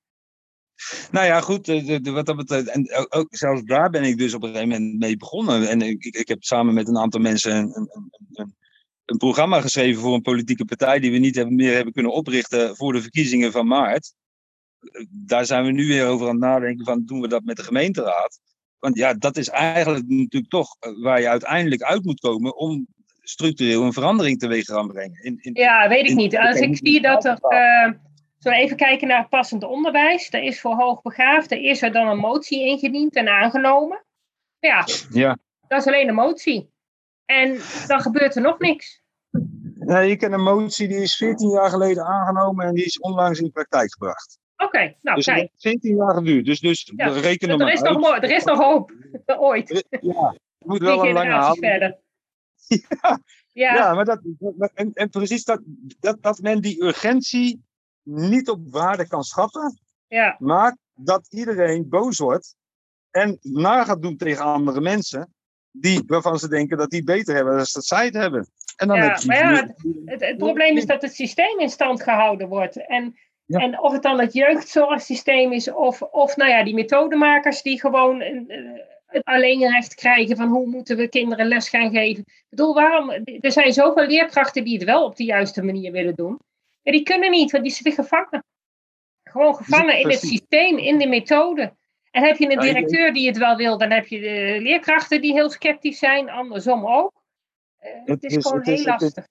Nou ja, goed, de, de, wat dat betreft, en ook zelfs daar ben ik dus op een gegeven moment mee begonnen. En ik, ik heb samen met een aantal mensen een, een, een, een programma geschreven voor een politieke partij die we niet hebben, meer hebben kunnen oprichten voor de verkiezingen van maart. Daar zijn we nu weer over aan het nadenken van, doen we dat met de gemeenteraad? Want ja, dat is eigenlijk natuurlijk toch waar je uiteindelijk uit moet komen om structureel een verandering teweeg te gaan brengen. In, in, ja, weet ik in, niet. Als ik zie dat er... Uh... Zullen we even kijken naar het passend onderwijs. Er is voor hoogbegaafden, is er dan een motie ingediend en aangenomen. Ja, ja. Dat is alleen een motie. En dan gebeurt er nog niks. Nee, ik ken een motie die is veertien jaar geleden aangenomen en die is onlangs in de praktijk gebracht. Oké, okay, nou dus kijk. Het heeft veertien jaar geduurd, dus, dus ja, rekenen er maar is uit. Nog, er is nog hoop, ooit. Ja, het moet wel een lange haal. verder. Ja, ja. ja, maar dat, en, en precies dat, dat, dat men die urgentie niet op waarde kan schatten, ja. maakt dat iedereen boos wordt en na gaat doen tegen andere mensen die, waarvan ze denken dat die beter hebben dan dat zij het hebben. En dan ja, heb je maar ja, het, het, het probleem is dat het systeem in stand gehouden wordt. En, ja. en of het dan het jeugdzorgsysteem is of, of nou ja, die methodemakers die gewoon uh, het alleenrecht krijgen van hoe moeten we kinderen les gaan geven. Ik bedoel, waarom? Er zijn zoveel leerkrachten die het wel op de juiste manier willen doen. Ja, die kunnen niet, want die zitten gevangen. Gewoon gevangen in het systeem, in de methode. En heb je een directeur die het wel wil, dan heb je de leerkrachten die heel sceptisch zijn, andersom ook. Uh, het, het is, is gewoon het heel is, lastig.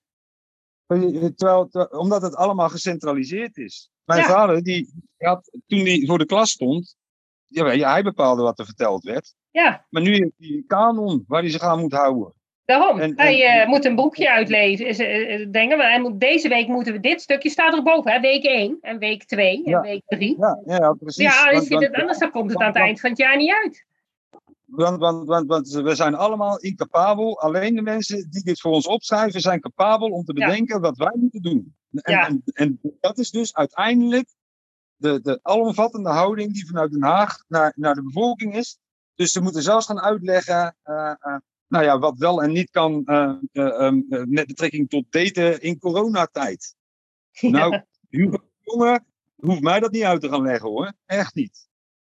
Is, terwijl, terwijl, omdat het allemaal gecentraliseerd is. Mijn ja. vader, die had, toen hij voor de klas stond, ja, hij bepaalde wat er verteld werd. Ja. Maar nu heeft hij een kanon waar hij zich aan moet houden. Daarom. En, hij en, uh, moet een boekje uitlezen. Is, uh, denken. Hij moet, deze week moeten we dit stukje, staat er boven. Hè? Week één en week twee ja. en week drie. Ja, ja precies. Ja, want, want, het, anders dan komt het aan het want, eind van het jaar niet uit. Want, want, want, want we zijn allemaal incapabel. Alleen de mensen die dit voor ons opschrijven zijn capabel om te bedenken ja. wat wij moeten doen. En, ja. en, en dat is dus uiteindelijk de, de alomvattende houding die vanuit Den Haag naar, naar de bevolking is. Dus ze moeten zelfs gaan uitleggen... Uh, uh, Nou ja, wat wel en niet kan uh, uh, um, uh, met betrekking tot daten in coronatijd. Ja. Nou, jongen, hoeft mij dat niet uit te gaan leggen hoor. Echt niet.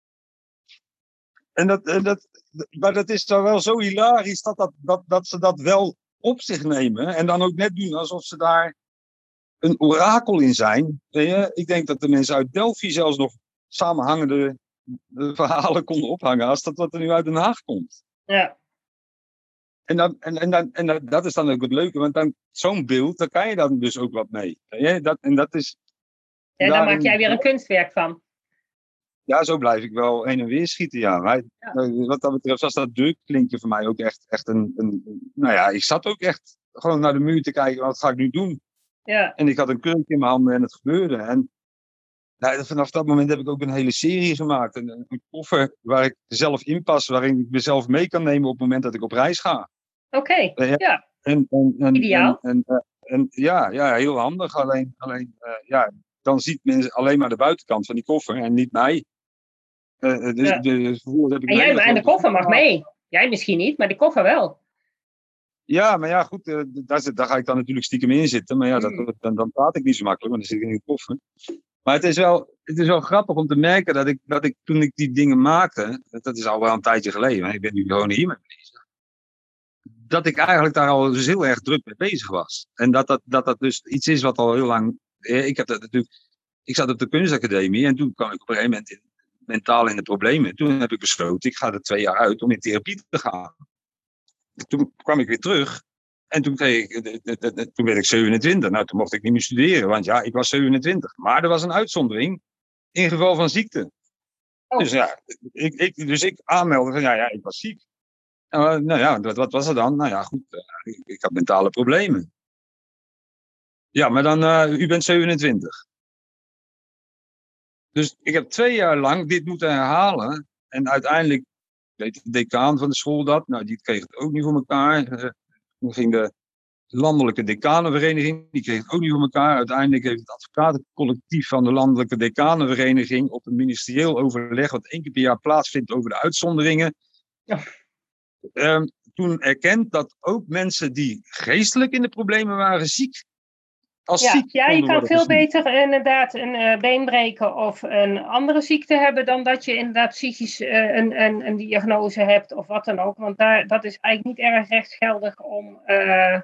En dat, uh, dat, maar dat is dan wel zo hilarisch dat, dat, dat, dat ze dat wel op zich nemen. En dan ook net doen alsof ze daar een orakel in zijn. Uh, ik denk dat de mensen uit Delphi zelfs nog samenhangende uh, verhalen konden ophangen als dat wat er nu uit Den Haag komt. Ja. En, dan, en, en, dan, en dat, dat is dan ook het leuke, want dan zo'n beeld, daar kan je dan dus ook wat mee. Ja, dat, en dat is... Ja, dan daarin, maak jij weer een kunstwerk van. Ja, zo blijf ik wel heen en weer schieten, ja. Maar, ja. Wat dat betreft was dat deurklinkje voor mij ook echt, echt een, een... Nou ja, ik zat ook echt gewoon naar de muur te kijken, wat ga ik nu doen? Ja. En ik had een kurkje in mijn handen en het gebeurde. En nou, vanaf dat moment heb ik ook een hele serie gemaakt. Een, een koffer waar ik zelf in pas, waarin ik mezelf mee kan nemen op het moment dat ik op reis ga. Oké, okay, uh, ja. En, en, en, Ideaal. En, en, uh, en ja, ja, heel handig. Alleen, alleen uh, ja, dan ziet men alleen maar de buitenkant van die koffer en niet mij. Uh, dus, ja. de, de, heb ik en, jij, en de koffer mag mee. Jij misschien niet, maar de koffer wel. Ja, maar ja, goed, uh, daar, daar ga ik dan natuurlijk stiekem in zitten. Maar ja, mm. dat, dan, dan praat ik niet zo makkelijk, want dan zit ik in de koffer. Maar het is wel, het is wel grappig om te merken dat ik, dat ik toen ik die dingen maakte, dat is al wel een tijdje geleden, maar ik ben nu gewoon hiermee bezig, dat ik eigenlijk daar al dus heel erg druk mee bezig was. En dat dat, dat dat dus iets is wat al heel lang, ik heb dat natuurlijk, ik zat op de kunstacademie en toen kwam ik op een gegeven moment in, mentaal in de problemen. Toen heb ik besloten, ik ga er twee jaar uit om in therapie te gaan. Toen kwam ik weer terug En toen, kreeg ik, toen werd ik zevenentwintig. Nou, toen mocht ik niet meer studeren, want ja, ik was zevenentwintig. Maar er was een uitzondering in geval van ziekte. Oh. Dus ja, ik, ik, dus ik aanmeldde van ja, ja, ik was ziek. Nou, nou ja, wat, wat was er dan? Nou ja, goed, uh, ik, ik had mentale problemen. Ja, maar dan, uh, u bent zevenentwintig. Dus ik heb twee jaar lang dit moeten herhalen. En uiteindelijk weet de decaan van de school dat. Nou, die kreeg het ook niet voor elkaar. Uh, toen ging de landelijke decanenvereniging, die kreeg het ook niet voor elkaar. Uiteindelijk heeft het advocatencollectief van de landelijke decanenvereniging op een ministerieel overleg, wat één keer per jaar plaatsvindt over de uitzonderingen. Ja. Um, toen erkend dat ook mensen die geestelijk in de problemen waren, ziek. Als ja, ziek ja, je kan veel gezien. beter inderdaad een uh, been breken of een andere ziekte hebben dan dat je inderdaad psychisch uh, een, een, een diagnose hebt of wat dan ook. Want daar, dat is eigenlijk niet erg rechtsgeldig om, uh,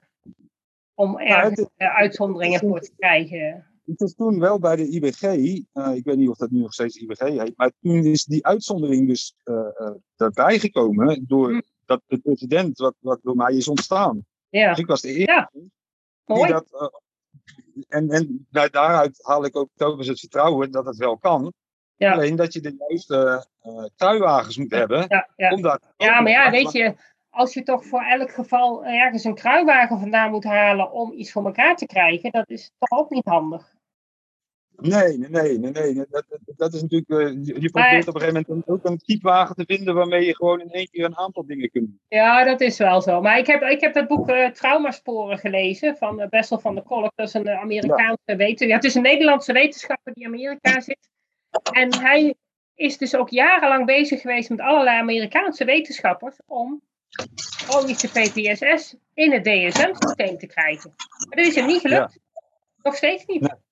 om ergens nou, uh, uitzonderingen voor te krijgen. Het is toen wel bij de I B G, uh, ik weet niet of dat nu nog steeds I B G heet, maar toen is die uitzondering dus uh, uh, erbij gekomen door hm. dat de president wat, wat door mij is ontstaan. Ja. Dus ik was de eerste ja. die Mooi. dat... Uh, En, en daaruit haal ik ook telkens het vertrouwen dat het wel kan. Ja. Alleen dat je de juiste uh, kruiwagens moet hebben. Ja, ja. Omdat ja maar ja, weet je, als je toch voor elk geval ergens een kruiwagen vandaan moet halen om iets voor elkaar te krijgen, dat is toch ook niet handig. Nee, nee, nee, nee, nee. Dat, dat, dat is natuurlijk, uh, je, je probeert maar, op een gegeven moment ook een typewagen te vinden waarmee je gewoon in één keer een aantal dingen kunt doen. Ja, dat is wel zo. Maar ik heb, ik heb dat boek uh, Traumasporen gelezen van uh, Bessel van der Kolk. Dat is een uh, Amerikaanse ja. wetenschapper. Ja, het is een Nederlandse wetenschapper die in Amerika zit. En hij is dus ook jarenlang bezig geweest met allerlei Amerikaanse wetenschappers om chronische P T S S in het D S M-systeem te krijgen. Maar dat is hem niet gelukt. Ja. Nog steeds niet. Nee.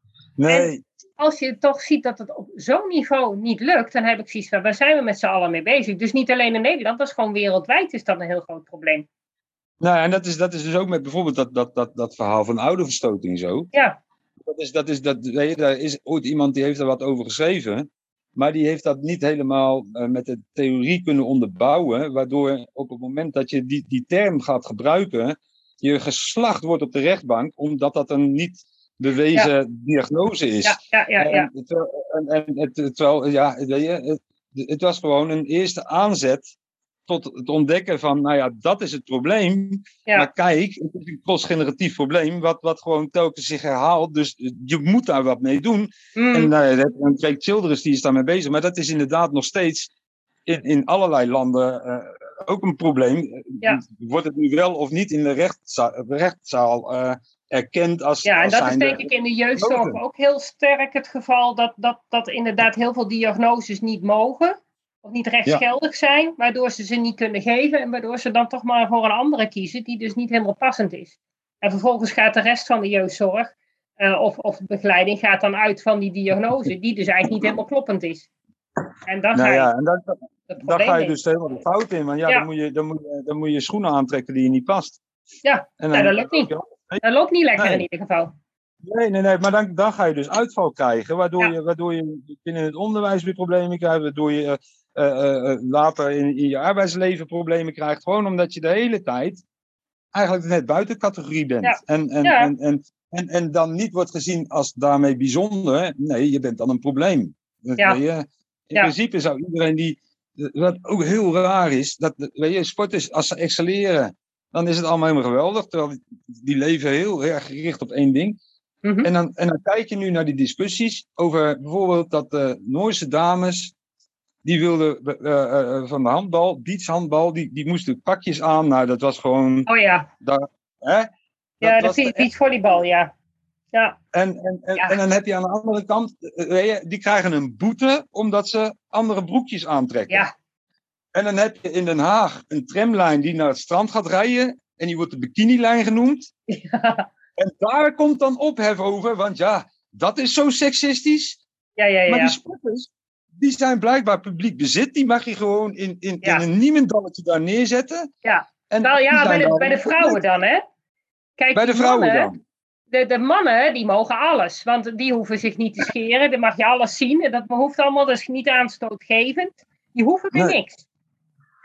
Nee. En als je toch ziet dat het op zo'n niveau niet lukt, dan heb ik zoiets van, waar zijn we met z'n allen mee bezig? Dus niet alleen in Nederland, dat is gewoon wereldwijd is dat een heel groot probleem. Nou, en dat is, dat is dus ook met bijvoorbeeld dat, dat, dat, dat verhaal van ouderverstoting zo. Ja. Dat is, dat is, dat, weet je, daar is ooit iemand die heeft er wat over geschreven, maar die heeft dat niet helemaal uh, met de theorie kunnen onderbouwen, waardoor op het moment dat je die, die term gaat gebruiken, je geslacht wordt op de rechtbank, omdat dat een niet bewezen ja. diagnose is. Ja, ja, ja, ja. En, en, en het, terwijl, ja, weet je, het, het was gewoon een eerste aanzet tot het ontdekken van, nou ja, dat is het probleem. Ja. Maar kijk, het is een cross-generatief probleem, wat, wat gewoon telkens zich herhaalt. Dus je moet daar wat mee doen. Mm. En uh, Craig Childress, die is daarmee bezig. Maar dat is inderdaad nog steeds in, in allerlei landen uh, ook een probleem. Ja. Wordt het nu wel of niet in de rechtszaal, rechtszaal uh, erkend als... Ja, en als dat is denk ik in de jeugdzorg ook heel sterk het geval, dat, dat, dat inderdaad heel veel diagnoses niet mogen, of niet rechtsgeldig ja. zijn, waardoor ze ze niet kunnen geven, en waardoor ze dan toch maar voor een andere kiezen, die dus niet helemaal passend is. En vervolgens gaat de rest van de jeugdzorg, uh, of, of begeleiding, gaat dan uit van die diagnose, die dus eigenlijk niet helemaal kloppend is. En dan nou ga je... Ja, en dat, dan ga je dus helemaal de fout in, want ja, ja. Dan, moet je, dan, moet je, dan moet je schoenen aantrekken die je niet past. Ja, en dan, ja dat lukt niet. Nee. Dat loopt niet lekker nee. in ieder geval. Nee, nee, nee, maar dan, dan ga je dus uitval krijgen, waardoor, ja. je, waardoor je binnen het onderwijs weer problemen krijgt, waardoor je uh, uh, uh, later in, in je arbeidsleven problemen krijgt, gewoon omdat je de hele tijd eigenlijk net buiten categorie bent. Ja. En, en, ja. en, en, en, en dan niet wordt gezien als daarmee bijzonder, nee, je bent dan een probleem. Ja. Je, in ja. principe zou iedereen die, wat ook heel raar is, dat, weet je, sporters, als ze excelleren, dan is het allemaal helemaal geweldig, terwijl die, die leven heel erg gericht op één ding. Mm-hmm. En, dan, en dan kijk je nu naar die discussies over bijvoorbeeld dat de Noorse dames, die wilden uh, uh, van de handbal, beachhandbal, die, die moesten pakjes aan. Nou, dat was gewoon... Oh ja. Daar, hè? Dat ja, dat is beachvolleybal, ja. ja. En, en, en, ja. en dan heb je aan de andere kant, uh, die krijgen een boete omdat ze andere broekjes aantrekken. Ja. En dan heb je in Den Haag een tramlijn die naar het strand gaat rijden. En die wordt de bikinilijn genoemd. Ja. En daar komt dan ophef over. Want ja, dat is zo seksistisch. Ja, ja, ja. Maar die sporters, die zijn blijkbaar publiek bezit. Die mag je gewoon in, in, ja. in een niemendalletje daar neerzetten. Ja, en wel ja, bij de, bij de vrouwen dan, hè? Kijk, bij de vrouwen mannen, dan. De, de mannen, die mogen alles. Want die hoeven zich niet te scheren. Dan mag je alles zien. En dat hoeft allemaal, dat is niet aanstootgevend. Die hoeven weer nee. niks.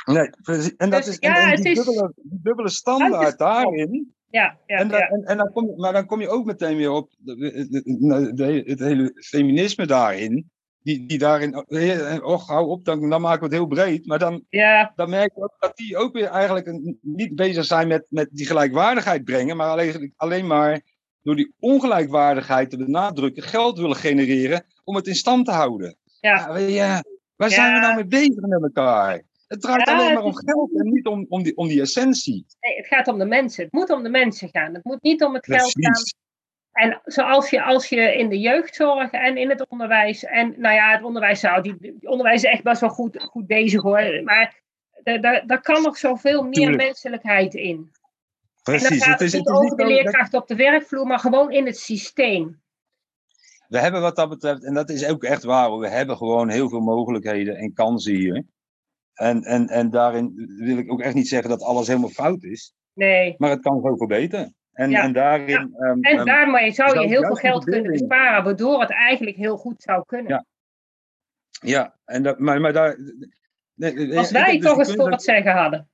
Nee, precies. En dat Dus, is, en, ja, en het die, is dubbele, die dubbele standaard daarin. Ja, ja, en, da, ja. en, en dan kom, maar dan kom je ook meteen weer op de, de, de, de, het hele feminisme daarin. Die, die daarin, och, hou op, dan, dan maken we het heel breed. Maar dan, ja. dan merk je ook dat die ook weer eigenlijk een, niet bezig zijn met, met die gelijkwaardigheid brengen. Maar alleen, alleen maar door die ongelijkwaardigheid te benadrukken, geld willen genereren om het in stand te houden. Ja. Ja, ja, waar zijn ja. we nou mee bezig met elkaar? Het draait ja, alleen maar om geld en niet om, om, die, om die essentie. Nee, het gaat om de mensen. Het moet om de mensen gaan. Het moet niet om het Precies. geld gaan. En zoals je, als je in de jeugdzorg en in het onderwijs... En nou ja, het onderwijs, zou, die, die onderwijs is echt best wel goed, goed bezig hoor. Maar daar kan nog zoveel meer Tuurlijk. menselijkheid in. Precies. En dan gaat het, het niet het over de leerkracht op de werkvloer, maar gewoon in het systeem. We hebben wat dat betreft, en dat is ook echt waar, we hebben gewoon heel veel mogelijkheden en kansen hier. En, en, en daarin wil ik ook echt niet zeggen dat alles helemaal fout is. Nee. Maar het kan zoveel beter. En, ja. en daarin... Ja. Um, en um, daarmee zou je heel veel geld kunnen besparen, waardoor het eigenlijk heel goed zou kunnen. Ja, ja en dat, maar, maar daar... Nee, Als wij dus toch eens voor het zeggen hadden.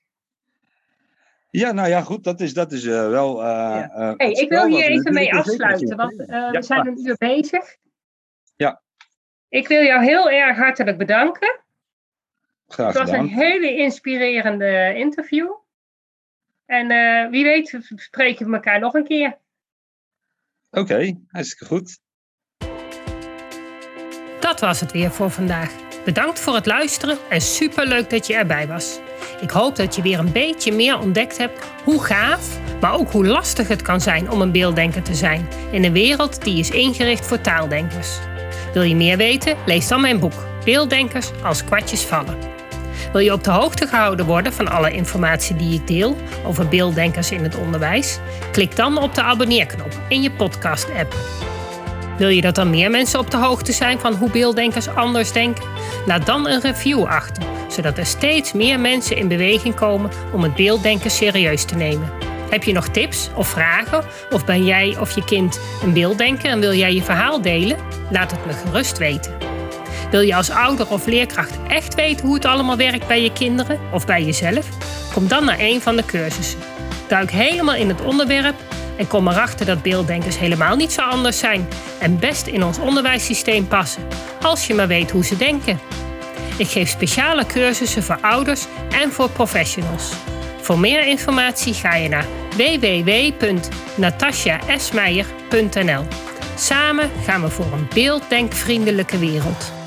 Ja, nou ja, goed, dat is, dat is uh, wel... Uh, ja. uh, hey, ik wil hier even mee afsluiten, want uh, ja, we zijn een uur bezig. Ja. Ik wil jou heel erg hartelijk bedanken. Graag Het was gedaan. een hele inspirerende interview. En uh, wie weet spreken we elkaar nog een keer. Oké, okay, hartstikke goed. Dat was het weer voor vandaag. Bedankt voor het luisteren en superleuk dat je erbij was. Ik hoop dat je weer een beetje meer ontdekt hebt hoe gaaf, maar ook hoe lastig het kan zijn om een beelddenker te zijn in een wereld die is ingericht voor taaldenkers. Wil je meer weten? Lees dan mijn boek Beelddenkers als kwartjes vallen. Wil je op de hoogte gehouden worden van alle informatie die ik deel over beelddenkers in het onderwijs? Klik dan op de abonneerknop in je podcast-app. Wil je dat dan meer mensen op de hoogte zijn van hoe beelddenkers anders denken? Laat dan een review achter, zodat er steeds meer mensen in beweging komen om het beelddenken serieus te nemen. Heb je nog tips of vragen? Of ben jij of je kind een beelddenker en wil jij je verhaal delen? Laat het me gerust weten. Wil je als ouder of leerkracht echt weten hoe het allemaal werkt bij je kinderen of bij jezelf? Kom dan naar een van de cursussen. Duik helemaal in het onderwerp en kom erachter dat beelddenkers helemaal niet zo anders zijn en best in ons onderwijssysteem passen, als je maar weet hoe ze denken. Ik geef speciale cursussen voor ouders en voor professionals. Voor meer informatie ga je naar w w w punt natasja esmeijer punt n l. Samen gaan we voor een beelddenkvriendelijke wereld.